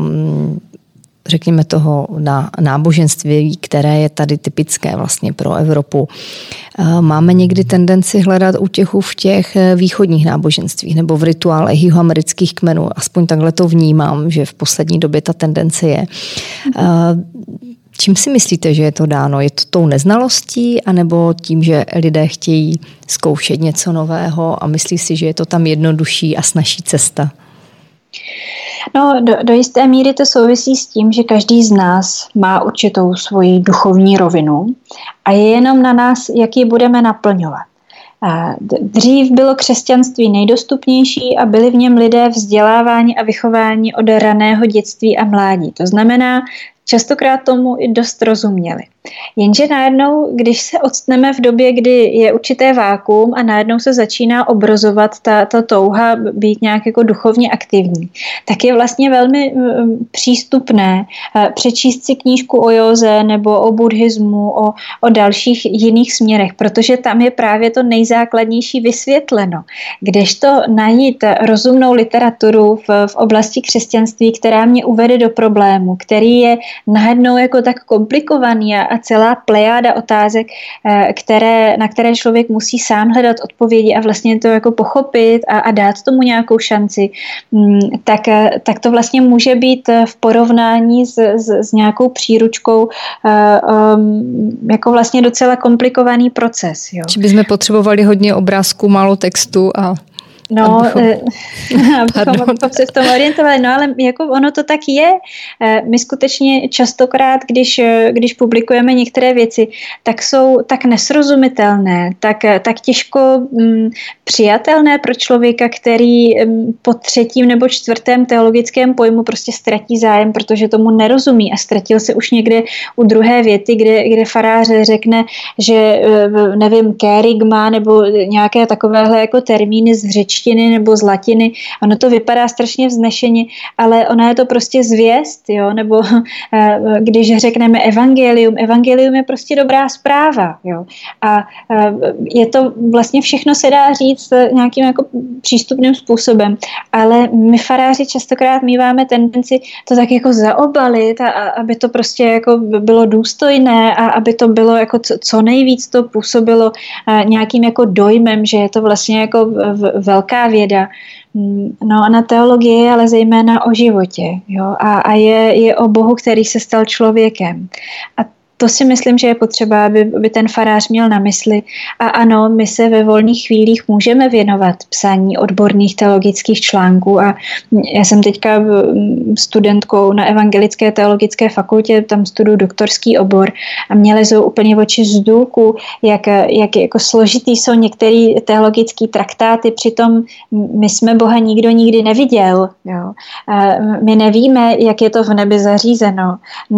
řekněme toho na náboženství, které je tady typické vlastně pro Evropu, máme někdy tendenci hledat útěchu v těch východních náboženstvích nebo v rituálech jihoamerických kmenů. Aspoň takhle to vnímám, že v poslední době ta tendence je. Čím si myslíte, že je to dáno? Je to tou neznalostí, anebo tím, že lidé chtějí zkoušet něco nového a myslí si, že je to tam jednodušší a snazší cesta? No, do jisté míry to souvisí s tím, že každý z nás má určitou svoji duchovní rovinu a je jenom na nás, jak ji budeme naplňovat. Dřív bylo křesťanství nejdostupnější a byli v něm lidé vzděláváni a vychováni od raného dětství a mládí. To znamená, častokrát tomu i dost rozuměli. Jenže najednou, když se odstneme v době, kdy je určité vákuum a najednou se začíná obrozovat ta touha být nějak jako duchovně aktivní, tak je vlastně velmi přístupné přečíst si knížku o józe nebo o buddhismu, o dalších jiných směrech, protože tam je právě to nejzákladnější vysvětleno. Kdežto najít rozumnou literaturu v oblasti křesťanství, která mě uvede do problému, který je najednou jako tak komplikovaný a celá plejáda otázek, na které člověk musí sám hledat odpovědi a vlastně to jako pochopit a dát tomu nějakou šanci, tak to vlastně může být v porovnání s nějakou příručkou jako vlastně docela komplikovaný proces. Jo. Či bychom potřebovali hodně obrázků, málo textu a... No, abychom se v tom orientovali, no ale jako ono to tak je. My skutečně častokrát, když publikujeme některé věci, tak jsou tak nesrozumitelné, tak těžko přijatelné pro člověka, který po 3. nebo 4. teologickém pojmu prostě ztratí zájem, protože tomu nerozumí a ztratil se už někde u druhé věty, kde farář řekne, že nevím, kérigma nebo nějaké takovéhle jako termíny z řečtiny nebo z latiny. Ono to vypadá strašně vznešeně, ale ona je to prostě zvěst, jo? Nebo když řekneme evangelium je prostě dobrá zpráva. Jo? A je to vlastně všechno se dá říct nějakým jako přístupným způsobem, ale my faráři častokrát míváme tendenci to tak jako zaobalit a aby to prostě jako bylo důstojné a aby to bylo jako co nejvíc to působilo nějakým jako dojmem, že je to vlastně jako velká věda. No a na teologie, ale zejména o životě. Jo? A je o Bohu, který se stal člověkem. A to si myslím, že je potřeba, aby ten farář měl na mysli. A ano, my se ve volných chvílích můžeme věnovat psaní odborných teologických článků a já jsem teďka studentkou na Evangelické teologické fakultě, tam studuju doktorský obor a mě lezou úplně oči z důlku, jak jako složitý jsou některé teologické traktáty, přitom my jsme Boha nikdy neviděl. Jo. My nevíme, jak je to v nebi zařízeno.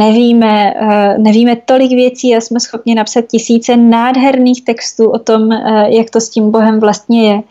Nevíme tolik věcí a jsme schopni napsat tisíce nádherných textů o tom, jak to s tím Bohem vlastně je.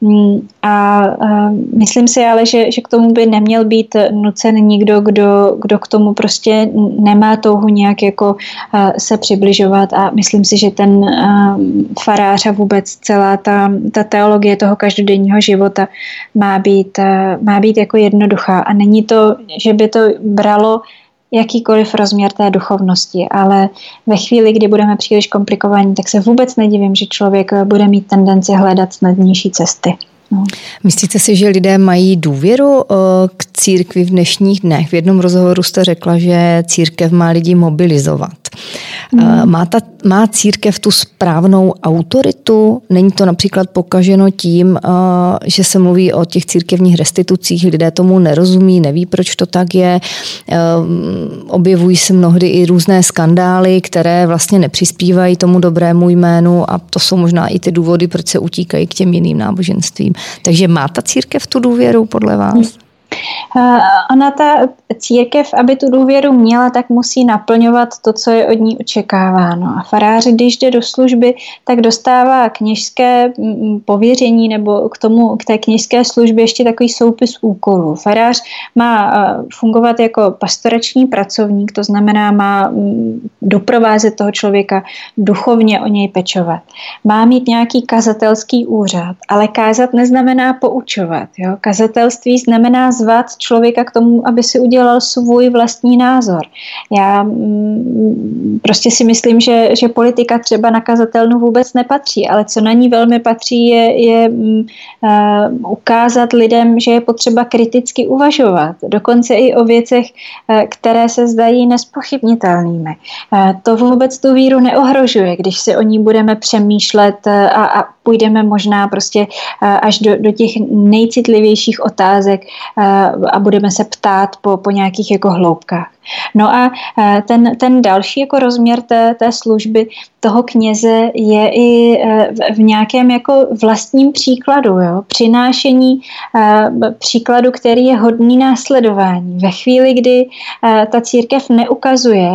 A myslím si ale, že k tomu by neměl být nucen nikdo, kdo k tomu prostě nemá touhu nějak jako se přibližovat a myslím si, že ten farář a vůbec celá ta teologie toho každodenního života má být jako jednoduchá a není to, že by to bralo jakýkoliv rozměr té duchovnosti, ale ve chvíli, kdy budeme příliš komplikovaní, tak se vůbec nedivím, že člověk bude mít tendenci hledat snadnější cesty. No. Myslíte si, že lidé mají důvěru k církvi v dnešních dnech? V jednom rozhovoru jste řekla, že církev má lidi mobilizovat. Má církev tu správnou autoritu? Není to například pokaženo tím, že se mluví o těch církevních restitucích, lidé tomu nerozumí, neví, proč to tak je. Objevují se mnohdy i různé skandály, které vlastně nepřispívají tomu dobrému jménu a to jsou možná i ty důvody, proč se utíkají k těm jiným náboženstvím. Takže má ta církev tu důvěru podle vás? Ona, ta církev, aby tu důvěru měla, tak musí naplňovat to, co je od ní očekáváno. A farář, když jde do služby, tak dostává kněžské pověření nebo k té kněžské službě ještě takový soupis úkolů. Farář má fungovat jako pastorační pracovník, to znamená, má doprovázet toho člověka, duchovně o něj pečovat. Má mít nějaký kazatelský úřad, ale kázat neznamená poučovat. Jo? Kazatelství znamená zvat člověka k tomu, aby si udělal svůj vlastní názor. Já prostě si myslím, že politika třeba na kazatelnu vůbec nepatří, ale co na ní velmi patří, je ukázat lidem, že je potřeba kriticky uvažovat. Dokonce i o věcech, které se zdají nespochybnitelnými. To vůbec tu víru neohrožuje, když si o ní budeme přemýšlet a půjdeme možná prostě až do těch nejcitlivějších otázek a budeme se ptát po nějakých jako hloubkách. No a ten další jako rozměr té služby toho kněze je i v nějakém jako vlastním příkladu, jo? Přinášení příkladu, který je hodný následování. Ve chvíli, kdy ta církev neukazuje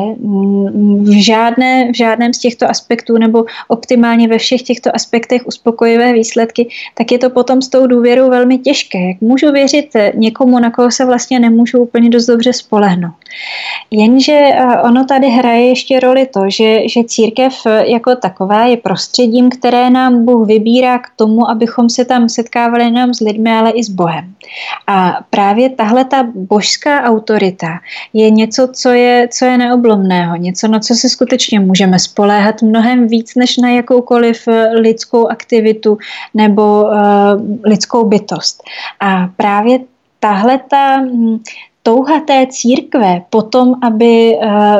v žádném z těchto aspektů nebo optimálně ve všech těchto aspektech uspokojivé výsledky, tak je to potom s tou důvěrou velmi těžké. Jak můžu věřit někomu, na koho se vlastně nemůžu úplně dost dobře spolehnout. Jenže ono tady hraje ještě roli to, že církev jako taková je prostředím, které nám Bůh vybírá k tomu, abychom se tam setkávali nejen s lidmi, ale i s Bohem. A právě tahle ta božská autorita je něco, co je neoblomného, něco, na co se skutečně můžeme spoléhat mnohem víc, než na jakoukoliv lidskou aktivitu nebo lidskou bytost. A právě tahle ta touha té církve potom, aby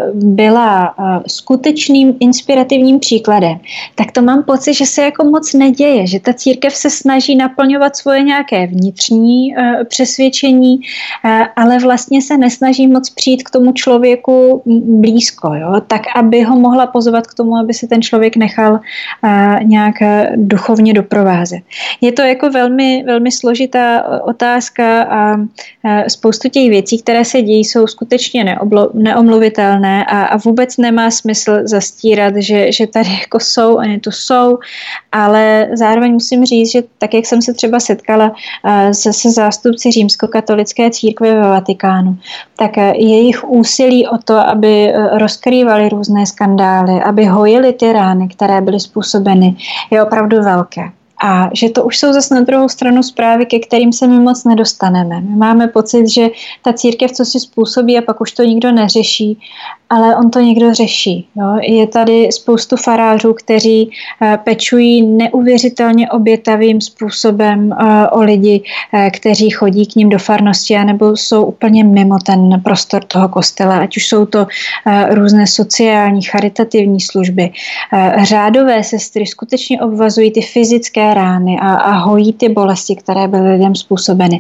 byla skutečným inspirativním příkladem, tak to mám pocit, že se jako moc neděje, že ta církev se snaží naplňovat svoje nějaké vnitřní přesvědčení, ale vlastně se nesnaží moc přijít k tomu člověku blízko, jo? Tak, aby ho mohla pozvat k tomu, aby se ten člověk nechal nějak duchovně doprovázet. Je to jako velmi, velmi složitá otázka a spoustu těch věcí, které se dějí, jsou skutečně neomluvitelné a vůbec nemá smysl zastírat, že tady jako jsou, oni tu jsou, ale zároveň musím říct, že tak, jak jsem se třeba setkala se zástupci římskokatolické církve ve Vatikánu, tak jejich úsilí o to, aby rozkrývali různé skandály, aby hojili ty rány, které byly způsobeny, je opravdu velké. A že to už jsou zase na druhou stranu zprávy, ke kterým se my moc nedostaneme. My máme pocit, že ta církev co si způsobí a pak už to nikdo neřeší, ale on to někdo řeší. Jo? Je tady spoustu farářů, kteří pečují neuvěřitelně obětavým způsobem o lidi, kteří chodí k ním do farnosti anebo jsou úplně mimo ten prostor toho kostela, ať už jsou to různé sociální, charitativní služby. Řádové sestry skutečně obvazují ty fyzické rány a hojí ty bolesti, které byly lidem způsobeny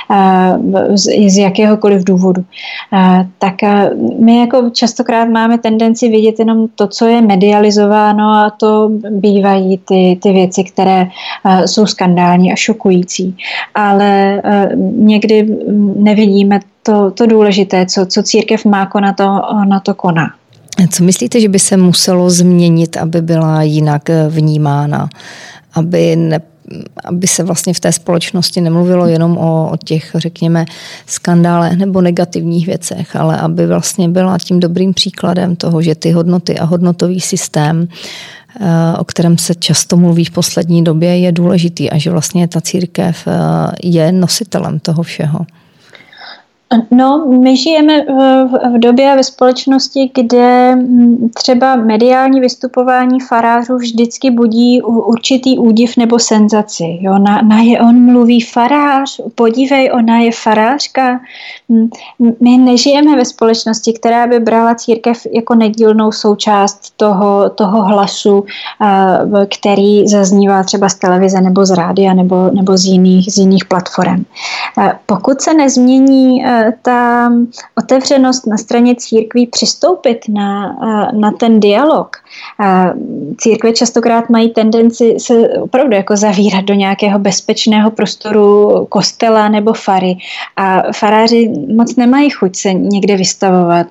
z jakéhokoliv důvodu. Tak my jako častokrát máme tendenci vidět jenom to, co je medializováno a to bývají ty věci, které jsou skandální a šokující. Ale někdy nevidíme to důležité, co církev má konat, ona to koná. Co myslíte, že by se muselo změnit, aby byla jinak vnímána? Aby se vlastně v té společnosti nemluvilo jenom o těch, řekněme, skandálech nebo negativních věcech, ale aby vlastně byla tím dobrým příkladem toho, že ty hodnoty a hodnotový systém, o kterém se často mluví v poslední době, je důležitý a že vlastně ta církev je nositelem toho všeho. No, my žijeme v době a ve společnosti, kde třeba mediální vystupování farářů vždycky budí určitý údiv nebo senzaci. Jo, on mluví farář, podívej, ona je farářka. My nežijeme ve společnosti, která by brala církev jako nedílnou součást toho hlasu, který zaznívá třeba z televize nebo z rádia nebo z jiných platform. Pokud se nezmění ta otevřenost na straně církví přistoupit na ten dialog. Církve častokrát mají tendenci se opravdu jako zavírat do nějakého bezpečného prostoru kostela nebo fary a faráři moc nemají chuť se někde vystavovat.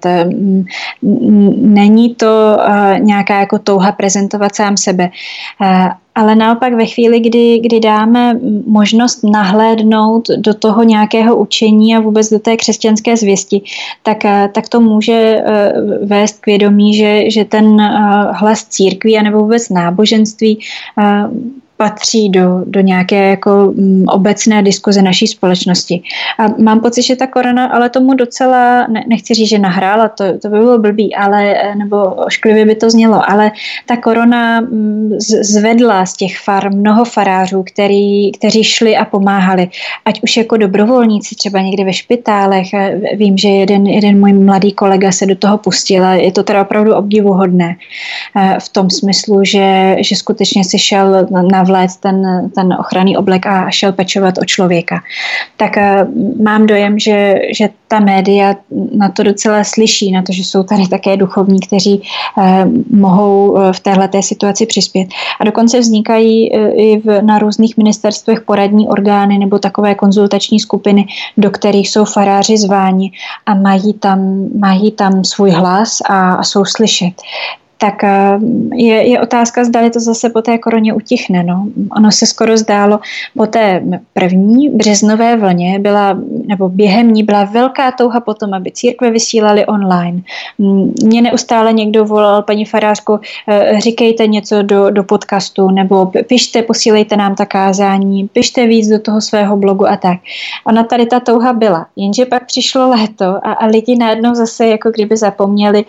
Není to nějaká jako touha prezentovat sám sebe. Ale naopak ve chvíli, kdy dáme možnost nahlédnout do toho nějakého učení a vůbec do té křesťanské zvěsti, tak to může vést k vědomí, že ten hlas církví anebo vůbec náboženství patří do nějaké jako obecné diskuze naší společnosti. A mám pocit, že ta korona ale tomu docela, nechci říct, že nahrála, to by bylo blbý, ale, nebo ošklivě by to znělo, ale ta korona zvedla z těch far mnoho farářů, kteří šli a pomáhali. Ať už jako dobrovolníci, třeba někde ve špitálech. Vím, že jeden můj mladý kolega se do toho pustil a je to teda opravdu obdivuhodné v tom smyslu, že skutečně si šel navléct ten ochranný oblek a šel pečovat o člověka. Tak mám dojem, že ta média na to docela slyší, na to, že jsou tady také duchovní, kteří mohou v téhleté situaci přispět. A dokonce vznikají i na různých ministerstvech poradní orgány nebo takové konzultační skupiny, do kterých jsou faráři zváni a mají tam svůj hlas a jsou slyšet. Tak je otázka, zda to zase po té koroně utichne. No. Ono se skoro zdálo, po té první březnové vlně nebo během ní byla velká touha potom, aby církve vysílaly online. Mně neustále někdo volal, paní farářko, říkejte něco do podcastu, nebo pište, posílejte nám ta kázání, pište víc do toho svého blogu a tak. Ona tady ta touha byla, jenže pak přišlo léto a lidi najednou zase jako kdyby zapomněli,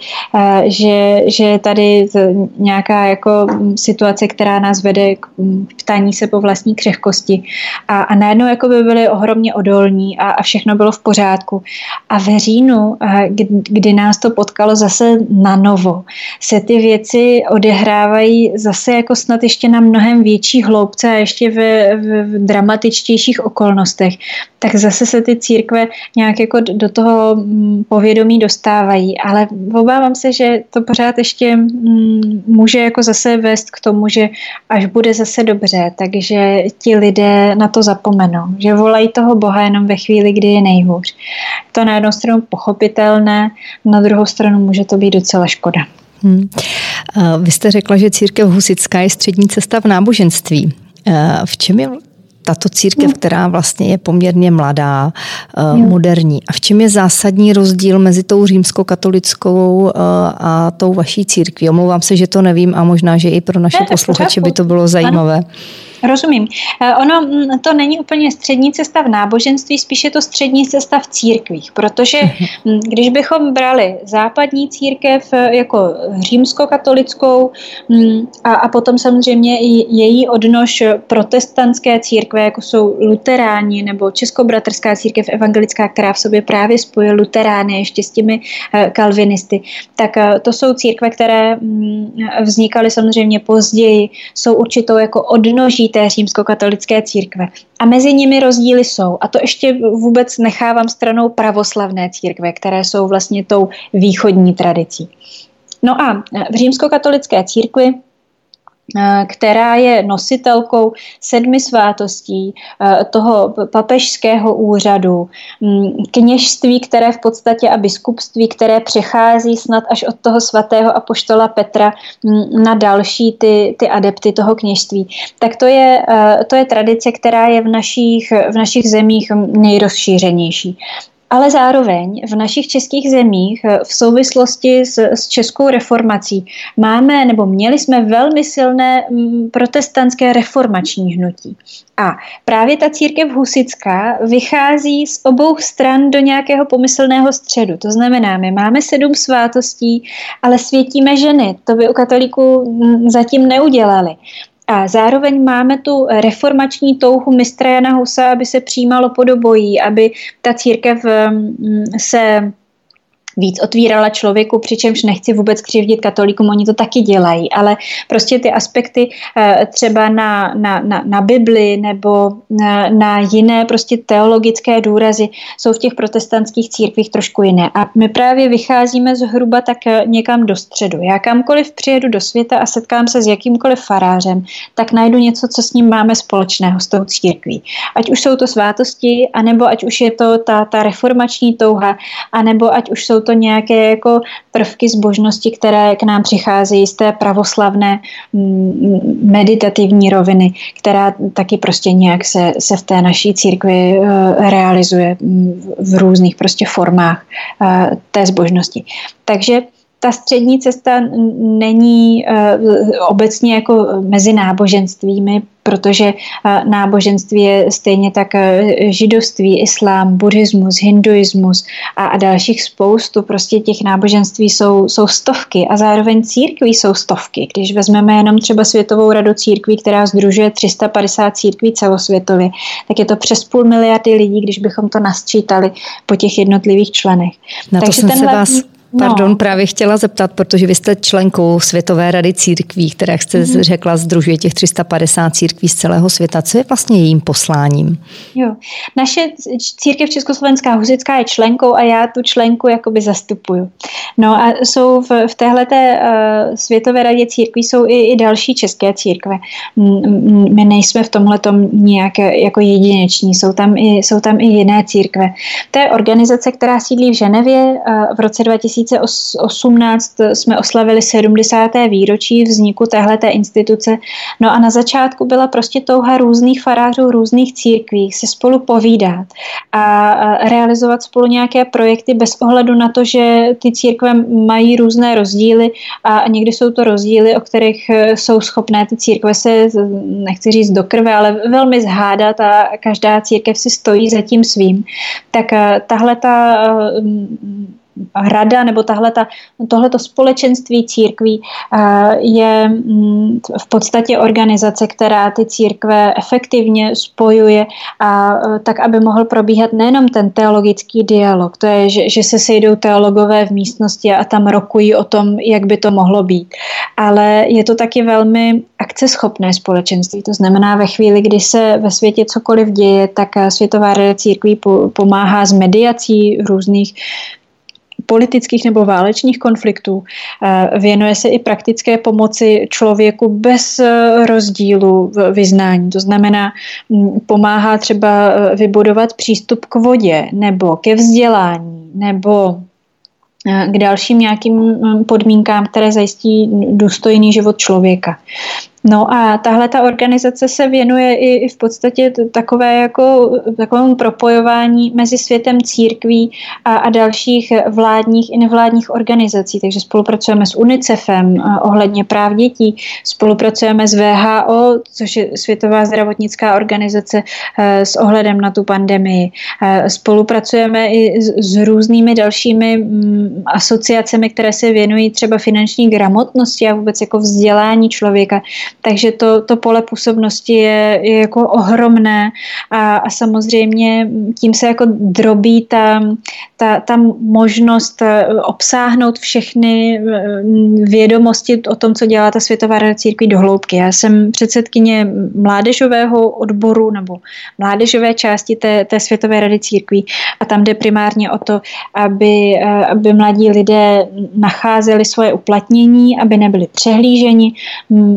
že tady nějaká jako situace, která nás vede k ptání se po vlastní křehkosti a najednou jako by byli ohromně odolní a všechno bylo v pořádku. A v říjnu, kdy nás to potkalo zase na novo, se ty věci odehrávají zase jako snad ještě na mnohem větší hloubce a ještě v dramatičtějších okolnostech, tak zase se ty církve nějak jako do toho povědomí dostávají. Ale obávám se, že to pořád ještě může jako zase vést k tomu, že až bude zase dobře, takže ti lidé na to zapomenou, že volají toho Boha jenom ve chvíli, kdy je nejhůř. To na jednu stranu pochopitelné, na druhou stranu může to být docela škoda. Vy jste řekla, že církev husitská je střední cesta v náboženství. V čem je tato církev, která vlastně je poměrně mladá, moderní? A v čem je zásadní rozdíl mezi tou římskokatolickou a tou vaší církví? Omlouvám se, že to nevím a možná, že i pro naše posluchače by to bylo zajímavé. Ano. Rozumím. Ono to není úplně střední cesta v náboženství, spíše to střední cesta v církvích, protože když bychom brali západní církev jako římskokatolickou a potom samozřejmě i její odnož protestantské církve, jako jsou luteráni nebo českobratrská církev evangelická, která v sobě právě spojuje luterány ještě s těmi kalvinisty, tak to jsou církve, které vznikaly samozřejmě později, jsou určitou jako odnoží té římskokatolické církve. A mezi nimi rozdíly jsou. A to ještě vůbec nechávám stranou pravoslavné církve, které jsou vlastně tou východní tradicí. No a v římskokatolické církvi, která je nositelkou 7 svátostí, toho papežského úřadu, kněžství, které v podstatě a biskupství, které přechází snad až od toho svatého apoštola Petra na další ty adepty toho kněžství. Tak to je tradice, která je v našich zemích nejrozšířenější. Ale zároveň v našich českých zemích v souvislosti s českou reformací měli jsme velmi silné protestantské reformační hnutí. A právě ta církev husitská vychází z obou stran do nějakého pomyslného středu. To znamená, my máme 7 svátostí, ale světíme ženy. To by u katolíků zatím neudělali. A zároveň máme tu reformační touhu mistra Jana Husa, aby se přijímalo podobojí, aby ta církev se víc otvírala člověku, přičemž nechci vůbec křivdit katolíkům, oni to taky dělají, ale prostě ty aspekty třeba na Bibli nebo na jiné prostě teologické důrazy jsou v těch protestantských církvích trošku jiné. A my právě vycházíme zhruba tak někam do středu. Já kamkoliv přijedu do světa a setkám se s jakýmkoliv farářem, tak najdu něco, co s ním máme společného s tou církví. Ať už jsou to svátosti, anebo ať už je to ta reformační touha, anebo ať už jsou to nějaké jako prvky zbožnosti, které k nám přicházejí z té pravoslavné meditativní roviny, která taky prostě nějak se v té naší církvi realizuje v různých prostě formách té zbožnosti. Takže ta střední cesta není obecně jako mezi náboženstvími, protože náboženství je stejně tak židovství, islám, buddhismus, hinduismus a dalších spoustu. Prostě těch náboženství jsou stovky a zároveň církví jsou stovky. Když vezmeme jenom třeba Světovou radu církví, která sdružuje 350 církví celosvětově, tak je to přes 500 miliardy lidí, když bychom to nasčítali po těch jednotlivých členech. Na to jsem se vás právě chtěla zeptat, protože vy jste členkou Světové rady církví, která, jak jste řekla, sdružuje těch 350 církví z celého světa. Co je vlastně jejím posláním? Jo. Naše církev Československá husitská je členkou a já tu členku jakoby zastupuju. No a jsou v téhleté Světové radě církví jsou i další české církve. My nejsme v tomhletom nějak jako jedineční, jsou tam i jiné církve. To je organizace, která sídlí v Ženevě. V roce 2018 jsme oslavili 70. výročí vzniku téhleté instituce. No a na začátku byla prostě touha různých farářů, různých církví se spolu povídat a realizovat spolu nějaké projekty bez ohledu na to, že ty církve mají různé rozdíly a někdy jsou to rozdíly, o kterých jsou schopné ty církve se, nechci říct do krve, ale velmi zhádat a každá církev si stojí za tím svým. Tak tahleta rada nebo tohleto společenství církví je v podstatě organizace, která ty církve efektivně spojuje a tak, aby mohl probíhat nejenom ten teologický dialog, to je, že se sejdou teologové v místnosti a tam rokují o tom, jak by to mohlo být. Ale je to taky velmi akceschopné společenství. To znamená, ve chvíli, kdy se ve světě cokoliv děje, tak Světová rada církví pomáhá s mediací různých politických nebo válečných konfliktů. Věnuje se i praktické pomoci člověku bez rozdílu v vyznání. To znamená, pomáhá třeba vybudovat přístup k vodě nebo ke vzdělání nebo k dalším nějakým podmínkám, které zajistí důstojný život člověka. No a tahle ta organizace se věnuje i v podstatě takovému propojování mezi světem církví a dalších vládních i nevládních organizací. Takže spolupracujeme s UNICEFem ohledně práv dětí, spolupracujeme s WHO, což je Světová zdravotnická organizace s ohledem na tu pandemii. Spolupracujeme i s různými dalšími asociacemi, které se věnují třeba finanční gramotnosti a vůbec jako vzdělání člověka. Takže to pole působnosti je jako ohromné a samozřejmě tím se jako drobí ta možnost obsáhnout všechny vědomosti o tom, co dělá ta Světová rada církví do hloubky. Já jsem předsedkyně mládežového odboru nebo mládežové části té Světové rady církví a tam jde primárně o to, aby mladí lidé nacházeli svoje uplatnění, aby nebyli přehlíženi,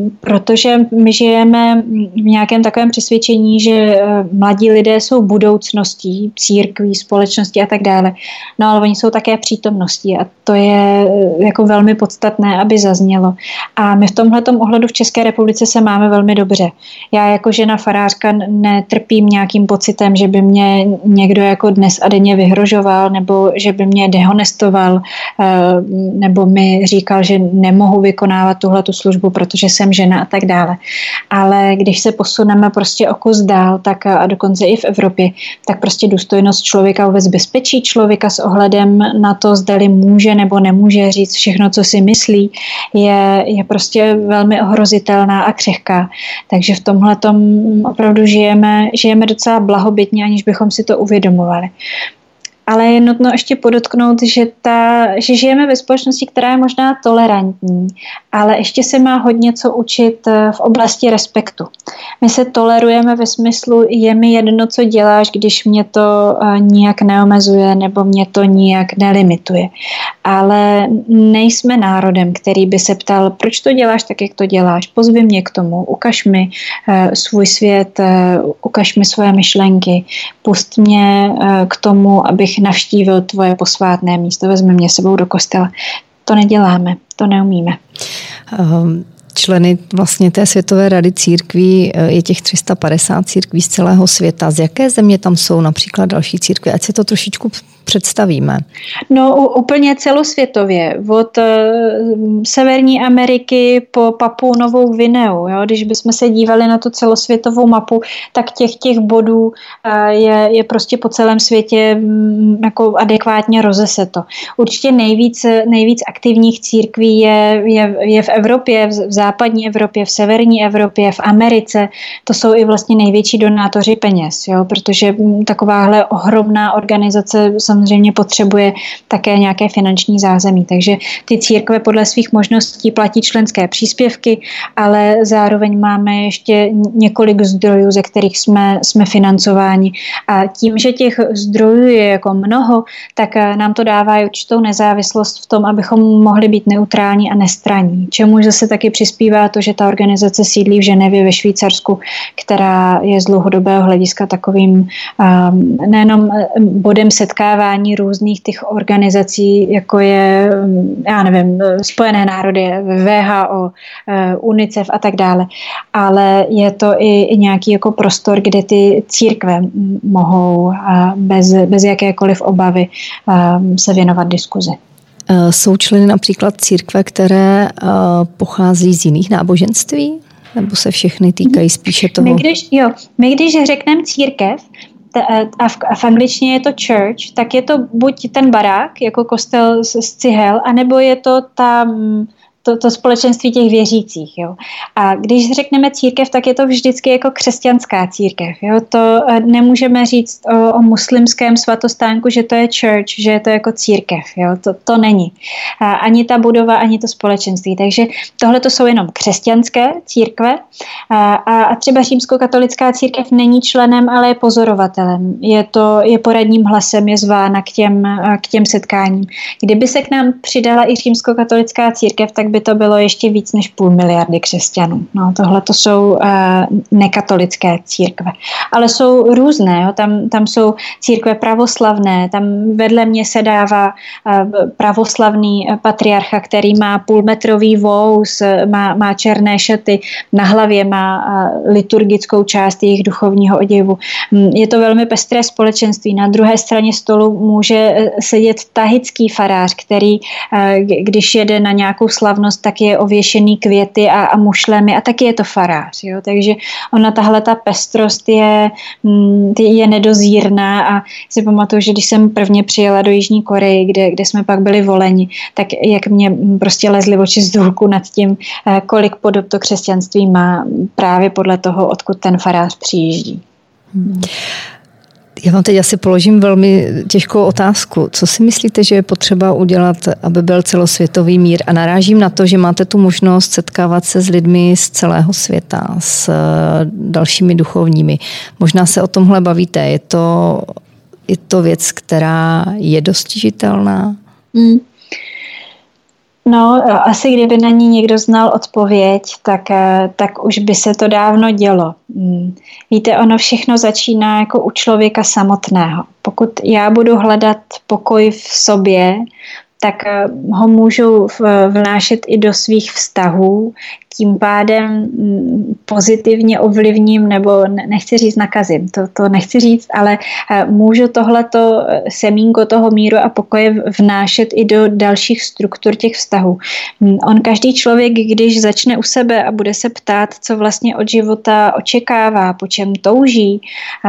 protože my žijeme v nějakém takovém přesvědčení, že mladí lidé jsou budoucností církví, společnosti a tak dále. No ale oni jsou také přítomností a to je jako velmi podstatné, aby zaznělo. A my v tomhletom ohledu v České republice se máme velmi dobře. Já jako žena farářka netrpím nějakým pocitem, že by mě někdo jako dnes a denně vyhrožoval, nebo že by mě dehonestoval, nebo mi říkal, že nemohu vykonávat tuhletu službu, protože jsem žena a tak dále. Ale když se posuneme prostě o kus dál, tak a dokonce i v Evropě, tak prostě důstojnost člověka, vůbec bezpečí člověka s ohledem na to, zdali může nebo nemůže říct všechno, co si myslí, je prostě velmi ohrozitelná a křehká. Takže v tomhletom opravdu žijeme docela blahobytně, aniž bychom si to uvědomovali. Ale je nutno ještě podotknout, že žijeme ve společnosti, která je možná tolerantní, ale ještě se má hodně co učit v oblasti respektu. My se tolerujeme ve smyslu, je mi jedno, co děláš, když mě to nijak neomezuje nebo mě to nijak nelimituje. Ale nejsme národem, který by se ptal, proč to děláš tak, jak to děláš. Pozvi mě k tomu, ukaž mi svůj svět, ukaž mi svoje myšlenky, pust mě k tomu, abych navštívil tvoje posvátné místo, vezmi mě sebou do kostela. To neděláme, to neumíme. Členy vlastně té Světové rady církví je těch 350 církví z celého světa. Z jaké země tam jsou například další církve? Ať si to trošičku představíme. No úplně celosvětově. Od Severní Ameriky po Papuu Novou Gvineu. Jo? Když bychom se dívali na tu celosvětovou mapu, tak těch bodů je prostě po celém světě jako adekvátně rozeseto. Určitě nejvíc aktivních církví je v Evropě, v západní Evropě, v severní Evropě, v Americe. To jsou i vlastně největší donátoři peněz, jo? Protože takováhle ohromná organizace samozřejmě potřebuje také nějaké finanční zázemí. Takže ty církve podle svých možností platí členské příspěvky, ale zároveň máme ještě několik zdrojů, ze kterých jsme financováni. A tím, že těch zdrojů je jako mnoho, tak nám to dává určitou nezávislost v tom, abychom mohli být neutrální a nestranní. Čemu zase taky přispívá to, že ta organizace sídlí v Ženevě ve Švýcarsku, která je z dlouhodobého hlediska takovým nejenom bodem setkávání různých těch organizací, jako je, já nevím, Spojené národy, WHO, UNICEF a tak dále, ale je to i nějaký jako prostor, kde ty církve mohou bez jakékoliv obavy se věnovat diskuzi. Jsou členy například církve, které pochází z jiných náboženství? Nebo se všechny týkají spíše toho? My když řekneme církev, a v angličtině je to church, tak je to buď ten barák, jako kostel z cihel, anebo je to to společenství těch věřících. Jo. A když řekneme církev, tak je to vždycky jako křesťanská církev. Jo. To nemůžeme říct o muslimském svatostánku, že to je church, že je to jako církev. Jo. To není. Ani ta budova, ani to společenství. Takže tohle to jsou jenom křesťanské církve. A třeba římskokatolická církev není členem, ale je pozorovatelem. Je poradním hlasem, je zvána k těm setkáním. Kdyby se k nám přidala i římskokatolická církev, tak by to bylo ještě víc než 500 000 křesťanů. No, tohle to jsou nekatolické církve. Ale jsou různé. Jo. Tam jsou církve pravoslavné. Tam vedle mě se dává pravoslavný patriarcha, který má půlmetrový vous, má černé šaty, na hlavě má liturgickou část jejich duchovního oděvu. Je to velmi pestré společenství. Na druhé straně stolu může sedět tahický farář, který, když jede na nějakou slavnost, tak je ověšený květy a mušlemi a taky je to farář. Jo? Takže ona tahle ta pestrost je nedozírná a si pamatuju, že když jsem prvně přijela do Jižní Koreji, kde jsme pak byli voleni, tak jak mě prostě lezly oči z důlku nad tím, kolik podob to křesťanství má právě podle toho, odkud ten farář přijíždí. Já vám teď asi položím velmi těžkou otázku. Co si myslíte, že je potřeba udělat, aby byl celosvětový mír? A narážím na to, že máte tu možnost setkávat se s lidmi z celého světa, s dalšími duchovními. Možná se o tomhle bavíte. Je to věc, která je dostižitelná? No, asi kdyby na ní někdo znal odpověď, tak už by se to dávno dělo. Víte, ono všechno začíná jako u člověka samotného. Pokud já budu hledat pokoj v sobě, tak ho můžu vnášet i do svých vztahů, tím pádem pozitivně ovlivním, nebo nechci říct nakazím, to nechci říct, ale můžu tohleto semínko toho míru a pokoje vnášet i do dalších struktur těch vztahů. On každý člověk, když začne u sebe a bude se ptát, co vlastně od života očekává, po čem touží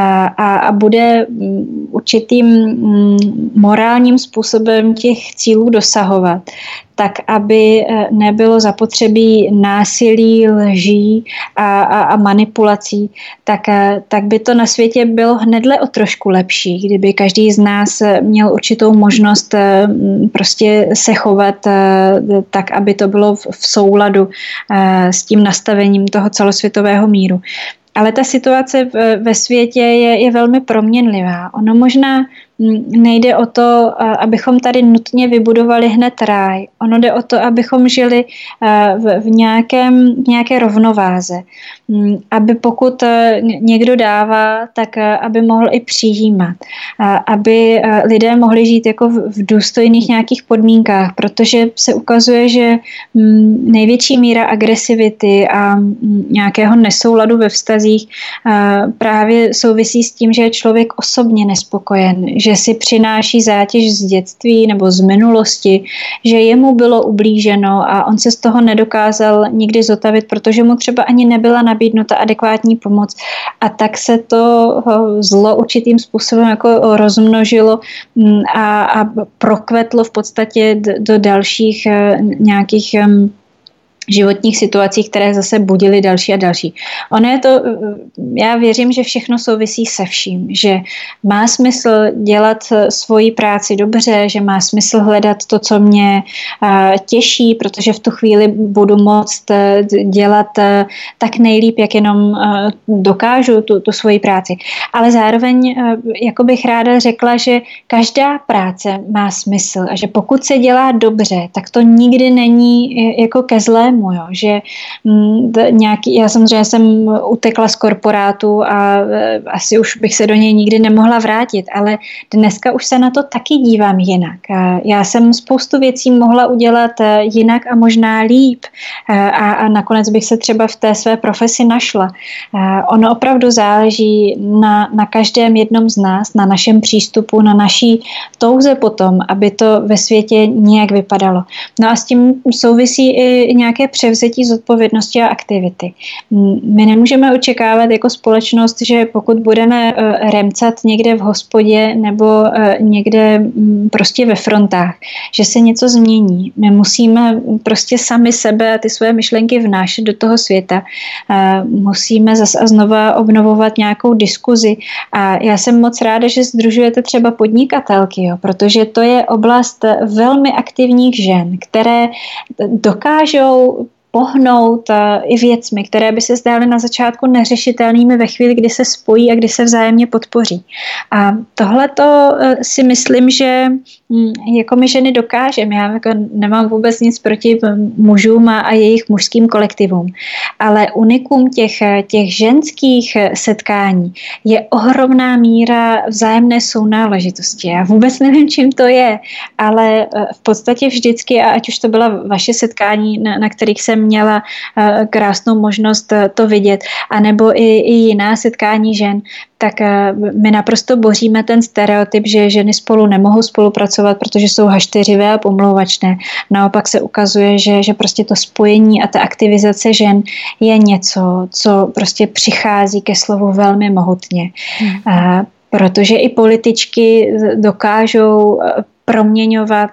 a bude určitým morálním způsobem těch cílů dosahovat, tak aby nebylo zapotřebí násilí, lží a manipulací, tak by to na světě bylo hnedle o trošku lepší, kdyby každý z nás měl určitou možnost prostě se chovat tak, aby to bylo v souladu s tím nastavením toho celosvětového míru. Ale ta situace ve světě je velmi proměnlivá. Ono možná nejde o to, abychom tady nutně vybudovali hned ráj. Ono jde o to, abychom žili v nějaké rovnováze. Aby pokud někdo dává, tak aby mohl i přijímat. Aby lidé mohli žít jako v důstojných nějakých podmínkách, protože se ukazuje, že největší míra agresivity a nějakého nesouladu ve vztazích právě souvisí s tím, že je člověk osobně nespokojen, že si přináší zátěž z dětství nebo z minulosti, že jemu bylo ublíženo a on se z toho nedokázal nikdy zotavit, protože mu třeba ani nebyla nabídnuta adekvátní pomoc a tak se to zlo určitým způsobem jako rozmnožilo a prokvetlo v podstatě do dalších nějakých životních situací, které zase budily další a další. Ono je to, já věřím, že všechno souvisí se vším, že má smysl dělat svoji práci dobře, že má smysl hledat to, co mě těší, protože v tu chvíli budu moct dělat tak nejlíp, jak jenom dokážu tu svoji práci. Ale zároveň jako bych ráda řekla, že každá práce má smysl a že pokud se dělá dobře, tak to nikdy není jako ke zlému. Jo, že já samozřejmě jsem utekla z korporátu a asi už bych se do něj nikdy nemohla vrátit, ale dneska už se na to taky dívám jinak. Já jsem spoustu věcí mohla udělat jinak a možná líp a nakonec bych se třeba v té své profesi našla. Ono opravdu záleží na každém jednom z nás, na našem přístupu, na naší touze potom, aby to ve světě nějak vypadalo. No a s tím souvisí i nějaké převzetí zodpovědnosti a aktivity. My nemůžeme očekávat jako společnost, že pokud budeme remcat někde v hospodě nebo někde prostě ve frontách, že se něco změní. My musíme prostě sami sebe a ty své myšlenky vnášet do toho světa. Musíme zase a znova obnovovat nějakou diskuzi. A já jsem moc ráda, že sdružujete třeba podnikatelky, jo, protože to je oblast velmi aktivních žen, které dokážou pohnout i věcmi, které by se zdály na začátku neřešitelnými ve chvíli, kdy se spojí a kdy se vzájemně podpoří. A tohleto si myslím, že jako my ženy dokážeme. Já jako nemám vůbec nic proti mužům a jejich mužským kolektivům. Ale unikum těch ženských setkání je ohromná míra vzájemné sounáležitosti. Já vůbec nevím, čím to je, ale v podstatě vždycky, a ať už to byla vaše setkání, na kterých jsem měla krásnou možnost to vidět, anebo i jiná setkání žen, tak my naprosto boříme ten stereotyp, že ženy spolu nemohou spolupracovat, protože jsou hašteřivé a pomlouvačné. Naopak se ukazuje, že prostě to spojení a ta aktivizace žen je něco, co prostě přichází ke slovu velmi mohutně. Protože i političky dokážou proměňovat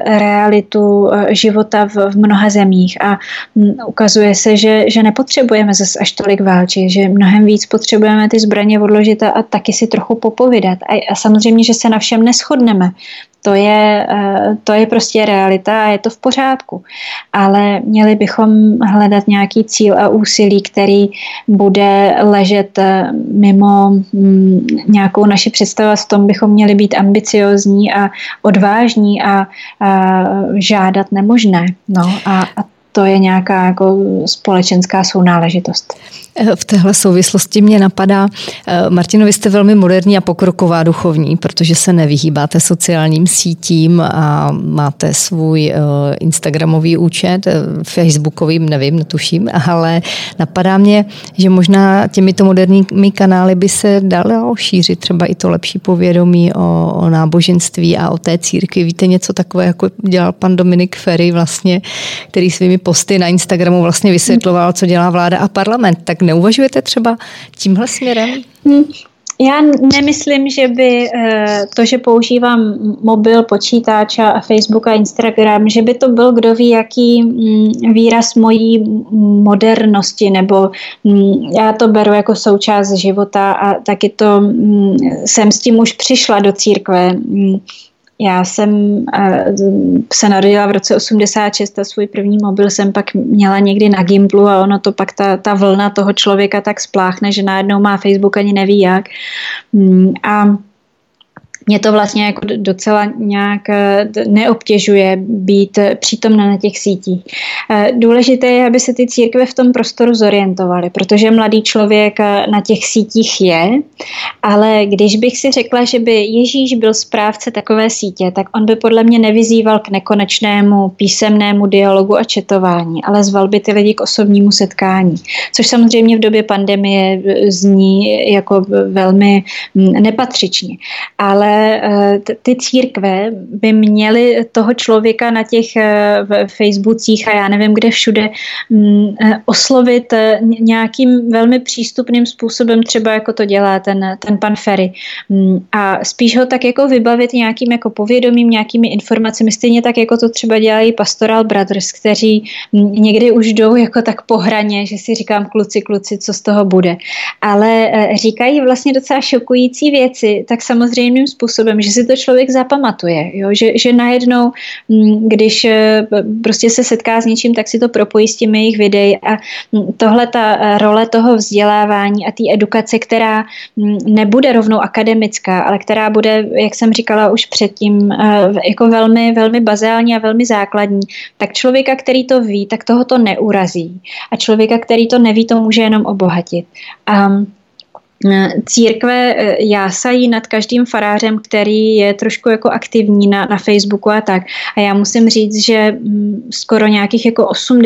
realitu života v mnoha zemích a ukazuje se, že nepotřebujeme zase až tolik válčit, že mnohem víc potřebujeme ty zbraně odložit a taky si trochu popovídat. A samozřejmě, že se na všem neshodneme. To je prostě realita a je to v pořádku. Ale měli bychom hledat nějaký cíl a úsilí, který bude ležet mimo nějakou naši představu. V tom bychom měli být ambiciozní a odvážní a žádat nemožné. No a to je nějaká jako společenská sounáležitost. V téhle souvislosti mě napadá, Martino, vy jste velmi moderní a pokroková duchovní, protože se nevyhýbáte sociálním sítím a máte svůj instagramový účet, facebookovým, nevím, netuším, ale napadá mě, že možná těmito moderními kanály by se dalo šířit třeba i to lepší povědomí o náboženství a o té církvi. Víte, něco takové, jako dělal pan Dominik Feri vlastně, který svými posty na Instagramu vlastně vysvětloval, co dělá vláda a parlament. Tak neuvažujete třeba tímhle směrem? Já nemyslím, že by to, že používám mobil, počítač a Facebook a Instagram, že by to byl kdo ví jaký výraz mojí modernosti, nebo já to beru jako součást života a taky jsem s tím už přišla do církve. Já jsem se narodila v roce 86 a svůj první mobil jsem pak měla někdy na Gimplu a ono to pak ta vlna toho člověka tak spláchne, že najednou má Facebook ani neví jak. A mě to vlastně jako docela nějak neobtěžuje být přítomna na těch sítích. Důležité je, aby se ty církve v tom prostoru zorientovaly, protože mladý člověk na těch sítích je, ale když bych si řekla, že by Ježíš byl správce takové sítě, tak on by podle mě nevyzýval k nekonečnému písemnému dialogu a četování, ale zval by ty lidi k osobnímu setkání, což samozřejmě v době pandemie zní jako velmi nepatřičně. Ale ty církve by měly toho člověka na těch Facebookích a já nevím kde všude oslovit nějakým velmi přístupným způsobem, třeba jako to dělá ten pan Feri. A spíš ho tak jako vybavit nějakým jako povědomím, nějakými informacemi, stejně tak jako to třeba dělají Pastoral Brothers, kteří někdy už jdou jako tak po hraně, že si říkám kluci, co z toho bude. Ale říkají vlastně docela šokující věci, tak samozřejmým způsobem, že si to člověk zapamatuje, jo? Že najednou, když prostě se setká s něčím, tak si to propojí s těmi jejich videí a tohle ta role toho vzdělávání a té edukace, která nebude rovnou akademická, ale která bude, jak jsem říkala už předtím, jako velmi, velmi bazální a velmi základní, tak člověka, který to ví, tak toho to neurazí. A člověka, který to neví, to může jenom obohatit. Církve jásají nad každým farářem, který je trošku jako aktivní na Facebooku a tak. A já musím říct, že skoro nějakých jako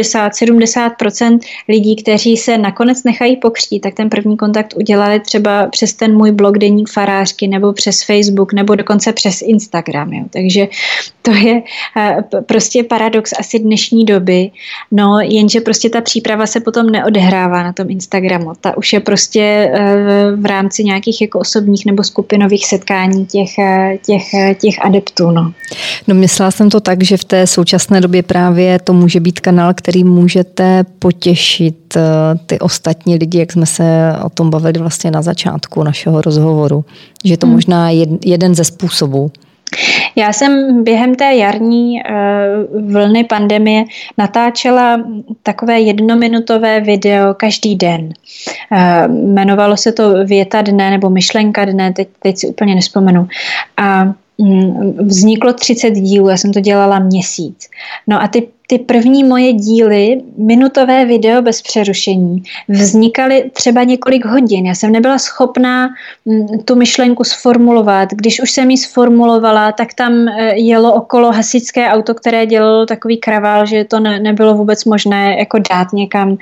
80-70% lidí, kteří se nakonec nechají pokřtít, tak ten první kontakt udělali třeba přes ten můj blog Deník farářky nebo přes Facebook nebo dokonce přes Instagram. Jo. Takže to je prostě paradox asi dnešní doby, no jenže prostě ta příprava se potom neodehrává na tom Instagramu. Ta už je prostě v rámci nějakých jako osobních nebo skupinových setkání těch adeptů. No, myslela jsem to tak, že v té současné době právě to může být kanál, který můžete potěšit ty ostatní lidi, jak jsme se o tom bavili vlastně na začátku našeho rozhovoru. Že je to možná jeden ze způsobů. Já jsem během té jarní vlny pandemie natáčela takové jednominutové video každý den. Jmenovalo se to Věta dne nebo Myšlenka dne, teď si úplně nevzpomenu. A vzniklo 30 dílů, já jsem to dělala měsíc. No a ty první moje díly, minutové video bez přerušení, vznikaly třeba několik hodin. Já jsem nebyla schopná tu myšlenku sformulovat. Když už jsem ji sformulovala, tak tam jelo okolo hasičské auto, které dělalo takový kravál, že to nebylo vůbec možné jako dát někam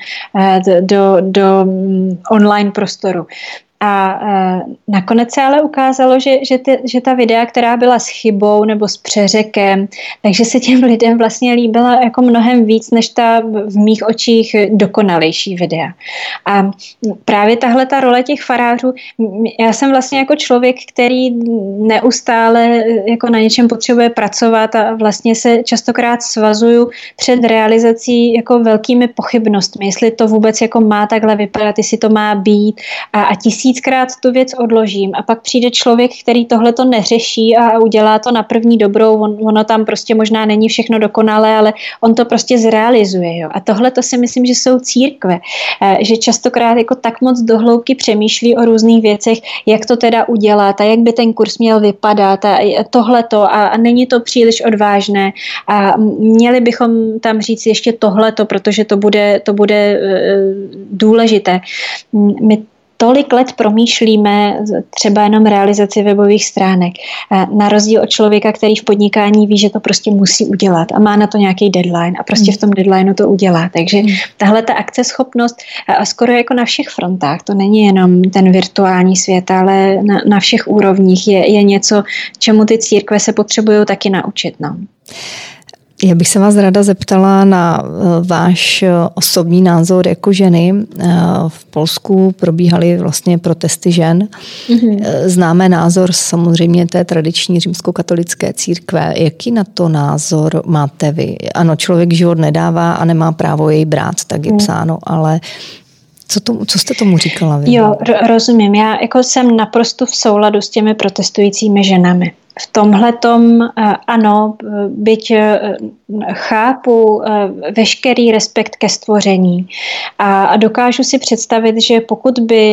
do online prostoru. A nakonec se ale ukázalo, že ta videa, která byla s chybou nebo s přeřekem, takže se těm lidem vlastně líbila jako mnohem víc, než ta v mých očích dokonalejší videa. A právě tahle ta role těch farářů, já jsem vlastně jako člověk, který neustále jako na něčem potřebuje pracovat a vlastně se častokrát svazuju před realizací jako velkými pochybnostmi, jestli to vůbec jako má takhle vypadat, jestli to má být a tisíc 1000krát tu věc odložím a pak přijde člověk, který tohle to neřeší a udělá to na první dobrou, ono tam prostě možná není všechno dokonalé, ale on to prostě zrealizuje. Jo. A tohle to si myslím, že jsou církve, že častokrát jako tak moc do hloubky přemýšlí o různých věcech, jak to teda udělat a jak by ten kurz měl vypadat a tohleto a není to příliš odvážné a měli bychom tam říct ještě tohleto, protože to bude důležité. My tolik let promýšlíme třeba jenom realizaci webových stránek. Na rozdíl od člověka, který v podnikání ví, že to prostě musí udělat a má na to nějaký deadline a prostě v tom deadlineu to udělá. Takže tahle ta akceschopnost a skoro jako na všech frontách, to není jenom ten virtuální svět, ale na všech úrovních je něco, čemu ty církve se potřebují taky naučit. No. Já bych se vás ráda zeptala na váš osobní názor jako ženy. V Polsku probíhaly vlastně protesty žen. Známe názor samozřejmě té tradiční římskokatolické církve. Jaký na to názor máte vy? Ano, člověk život nedává a nemá právo jej brát, tak je psáno, ale co jste tomu říkala vy? Jo, rozumím. Já jako jsem naprosto v souladu s těmi protestujícími ženami. V tomhletom ano, byť chápu veškerý respekt ke stvoření a dokážu si představit, že pokud by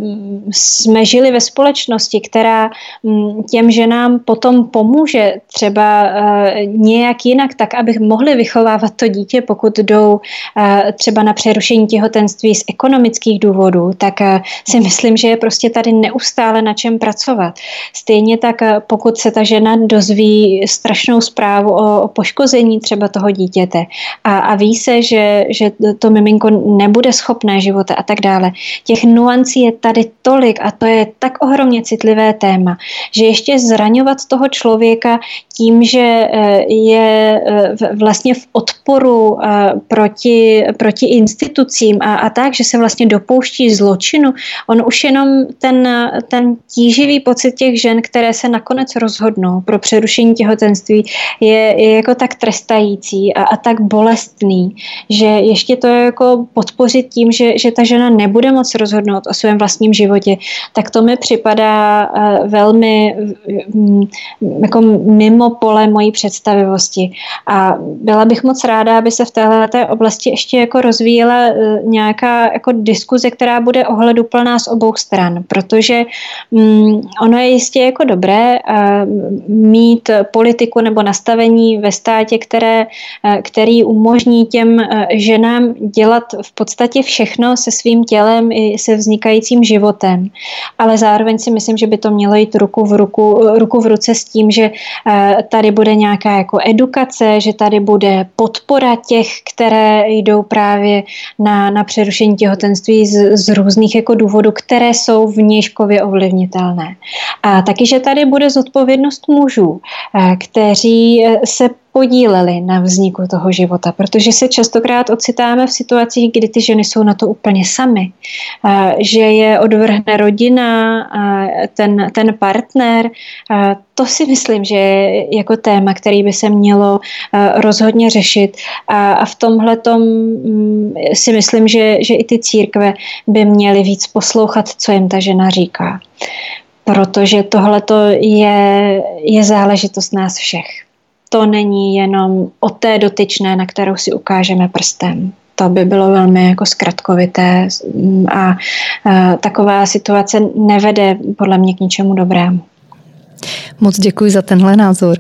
jsme žili ve společnosti, která těm ženám potom pomůže třeba nějak jinak, tak aby mohli vychovávat to dítě, pokud jdou třeba na přerušení těhotenství z ekonomických důvodů, tak si myslím, že je prostě tady neustále na čem pracovat. Stejně tak, pokud se ta žena dozví strašnou zprávu o poškození třeba toho dítěte a ví se, že to miminko nebude schopné života a tak dále. Těch nuancí je tady tolik a to je tak ohromně citlivé téma, že ještě zraňovat toho člověka tím, že je vlastně v odporu proti institucím a tak, že se vlastně dopouští zločinu. On už jenom ten tíživý pocit těch žen, které se nakonec rozhodnou pro přerušení těhotenství, je jako tak trestající a tak bolestný, že ještě to jako podpořit tím, že ta žena nebude moc rozhodnout o svém vlastním životě, tak to mi připadá velmi jako mimo pole mojí představivosti. A byla bych moc ráda, aby se v této oblasti ještě jako rozvíjela nějaká jako diskuze, která bude ohleduplná z obou stran, protože ono je jistě jako dobré mít politiku nebo nastavení ve státě, který umožní těm ženám dělat v podstatě všechno se svým tělem i se vznikajícím životem. Ale zároveň si myslím, že by to mělo jít ruku v ruce s tím, že tady bude nějaká jako edukace, že tady bude podpora těch, které jdou právě na přerušení těhotenství z různých jako důvodů, které jsou vnějškově ovlivnitelné. A taky, že tady bude zodpovědnost mužů, kteří se podíleli na vzniku toho života, protože se častokrát ocitáme v situacích, kdy ty ženy jsou na to úplně samy, že je odvrhne rodina, ten partner. To si myslím, že je jako téma, který by se mělo rozhodně řešit a v tomhletom si myslím, že i ty církve by měly víc poslouchat, co jim ta žena říká. Protože tohleto je záležitost nás všech. To není jenom o té dotyčné, na kterou si ukážeme prstem. To by bylo velmi jako zkratkovité a taková situace nevede podle mě k ničemu dobrému. Moc děkuji za tenhle názor.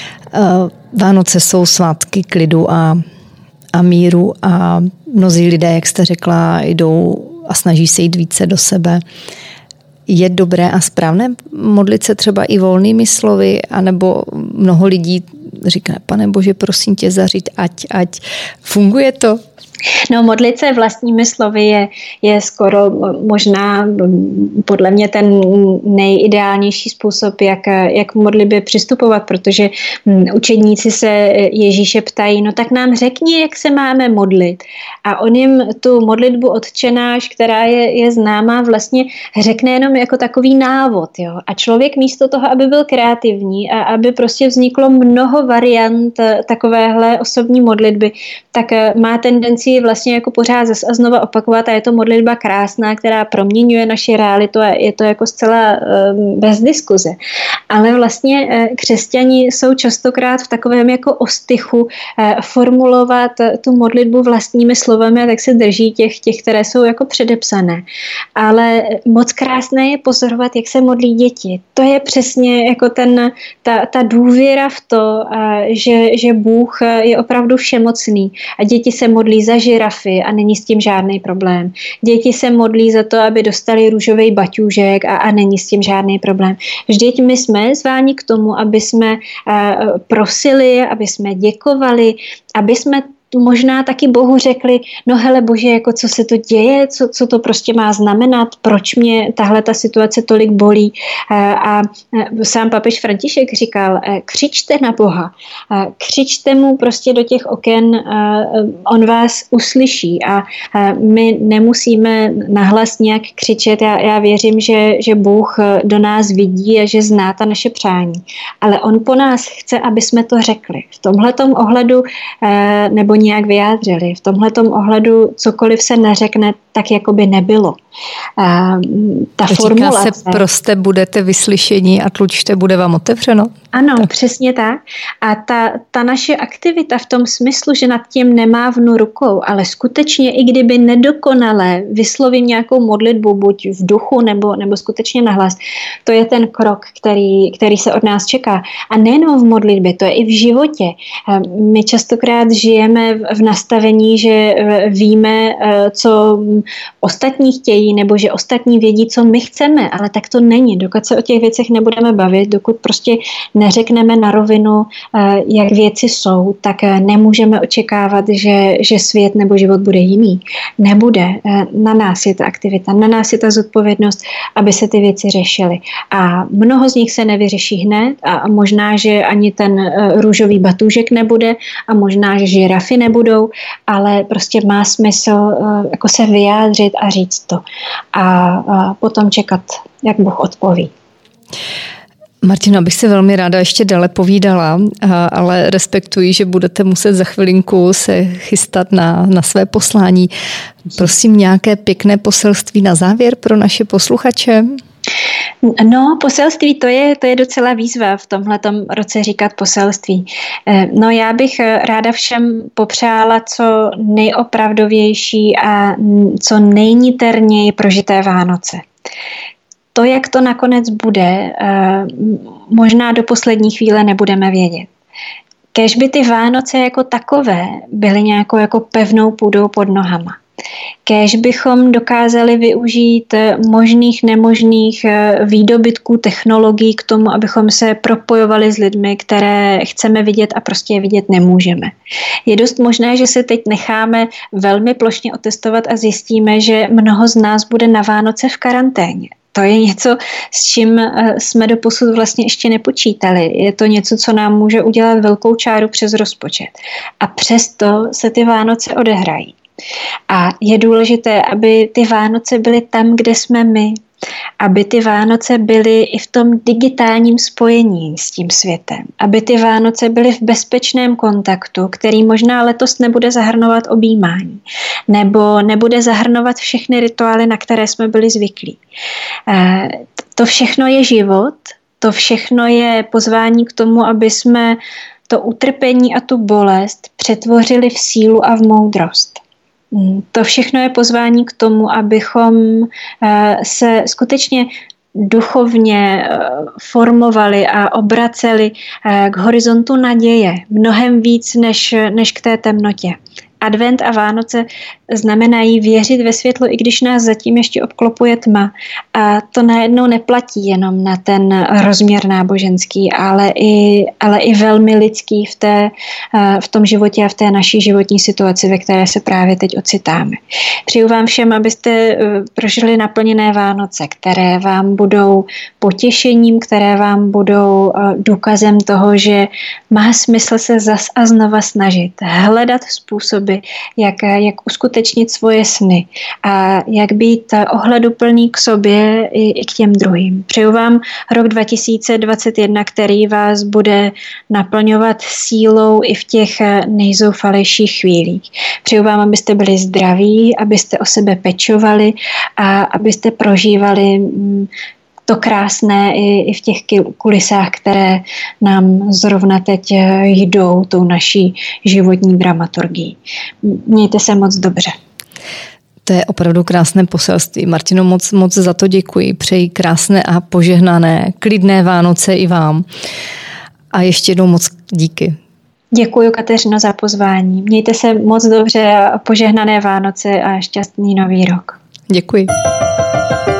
Vánoce jsou svátky klidu a míru a mnozí lidé, jak jste řekla, jdou a snaží se jít více do sebe. Je dobré a správné modlit se třeba i volnými slovy, anebo mnoho lidí říká, Pane Bože, prosím tě, zařiď, ať funguje to? No, modlit se vlastními slovy je skoro možná podle mě ten nejideálnější způsob, jak k modlitbě přistupovat, protože učedníci se Ježíše ptají, no tak nám řekni, jak se máme modlit. A on jim tu modlitbu Otčenáš, která je známá, vlastně řekne jenom jako takový návod. Jo? A člověk místo toho, aby byl kreativní a aby prostě vzniklo mnoho variant takovéhle osobní modlitby, tak má tendenci ji vlastně jako pořád zas a znova opakovat a je to modlitba krásná, která proměňuje naši realitu a je to jako zcela bez diskuze. Ale vlastně křesťani jsou častokrát v takovém jako ostychu formulovat tu modlitbu vlastními slovami a tak se drží těch, které jsou jako předepsané. Ale moc krásné je pozorovat, jak se modlí děti. To je přesně jako ta důvěra v to, že Bůh je opravdu všemocný a děti se modlí za žirafy a není s tím žádný problém. Děti se modlí za to, aby dostali růžový baťůžek a není s tím žádný problém. Vždyť my jsme zváni k tomu, aby jsme prosili, aby jsme děkovali, aby jsme možná taky Bohu řekli, no hele Bože, jako co se to děje, co to prostě má znamenat, proč mě tahle ta situace tolik bolí. A sám papež František říkal, křičte na Boha, křičte mu prostě do těch oken, on vás uslyší a my nemusíme nahlas nějak křičet. Já věřím, že Bůh do nás vidí a že zná ta naše přání. Ale on po nás chce, aby jsme to řekli. V tomhletom ohledu nebo nějak vyjádřili. V tomhletom ohledu cokoliv se neřekne, tak jako by nebylo. Ta formulace. Říká se proste budete vyslyšení a tlučte bude vám otevřeno? Ano, tak. Přesně tak. A ta naše aktivita v tom smyslu, že nad tím nemávnu rukou, ale skutečně i kdyby nedokonale vyslovím nějakou modlitbu, buď v duchu nebo skutečně nahlas, to je ten krok, který se od nás čeká. A nejenom v modlitbě, to je i v životě. My častokrát žijeme v nastavení, že víme, co ostatní chtějí, nebo že ostatní vědí, co my chceme, ale tak to není. Dokud se o těch věcech nebudeme bavit, dokud prostě neřekneme na rovinu, jak věci jsou, tak nemůžeme očekávat, že svět nebo život bude jiný. Nebude. Na nás je ta aktivita, na nás je ta zodpovědnost, aby se ty věci řešily. A mnoho z nich se nevyřeší hned a možná, že ani ten růžový batůžek nebude a možná, že žirafy nebudou, ale prostě má smysl jako se vyjádřit a říct to. A potom čekat, jak Bůh odpoví. Martino, abych se velmi ráda ještě dále povídala, ale respektuji, že budete muset za chvilinku se chystat na své poslání. Prosím, nějaké pěkné poselství na závěr pro naše posluchače? No, poselství, to je docela výzva v tomhletom roce říkat poselství. No, já bych ráda všem popřála co nejopravdovější a co nejniterněji prožité Vánoce. To, jak to nakonec bude, možná do poslední chvíle nebudeme vědět. Kéž by ty Vánoce jako takové byly nějakou jako pevnou půdou pod nohama. Kéž bychom dokázali využít možných, nemožných výdobytků technologií k tomu, abychom se propojovali s lidmi, které chceme vidět a prostě je vidět nemůžeme. Je dost možné, že se teď necháme velmi plošně otestovat a zjistíme, že mnoho z nás bude na Vánoce v karanténě. To je něco, s čím jsme doposud vlastně ještě nepočítali. Je to něco, co nám může udělat velkou čáru přes rozpočet. A přesto se ty Vánoce odehrají. A je důležité, aby ty Vánoce byly tam, kde jsme my. Aby ty Vánoce byly i v tom digitálním spojení s tím světem. Aby ty Vánoce byly v bezpečném kontaktu, který možná letos nebude zahrnovat objímání. Nebo nebude zahrnovat všechny rituály, na které jsme byli zvyklí. To všechno je život, to všechno je pozvání k tomu, aby jsme to utrpení a tu bolest přetvořili v sílu a v moudrost. To všechno je pozvání k tomu, abychom se skutečně duchovně formovali a obraceli k horizontu naděje mnohem víc než k té temnotě. Advent a Vánoce znamenají věřit ve světlo, i když nás zatím ještě obklopuje tma. A to najednou neplatí jenom na ten rozměr náboženský, ale i velmi lidský v tom životě a v té naší životní situaci, ve které se právě teď ocitáme. Přeju vám všem, abyste prožili naplněné Vánoce, které vám budou potěšením, které vám budou důkazem toho, že má smysl se zas a znova snažit, hledat způsoby, školy, jak uskutečnit svoje sny a jak být ohleduplný k sobě i k těm druhým. Přeju vám rok 2021, který vás bude naplňovat sílou i v těch nejzoufalejších chvílích. Přeju vám, abyste byli zdraví, abyste o sebe pečovali a abyste prožívali to krásné i v těch kulisách, které nám zrovna teď jdou tou naší životní dramaturgií. Mějte se moc dobře. To je opravdu krásné poselství. Martino, moc za to děkuji. Přeji krásné a požehnané, klidné Vánoce i vám. A ještě jednou moc díky. Děkuji, Kateřino, za pozvání. Mějte se moc dobře a požehnané Vánoce a šťastný nový rok. Děkuji.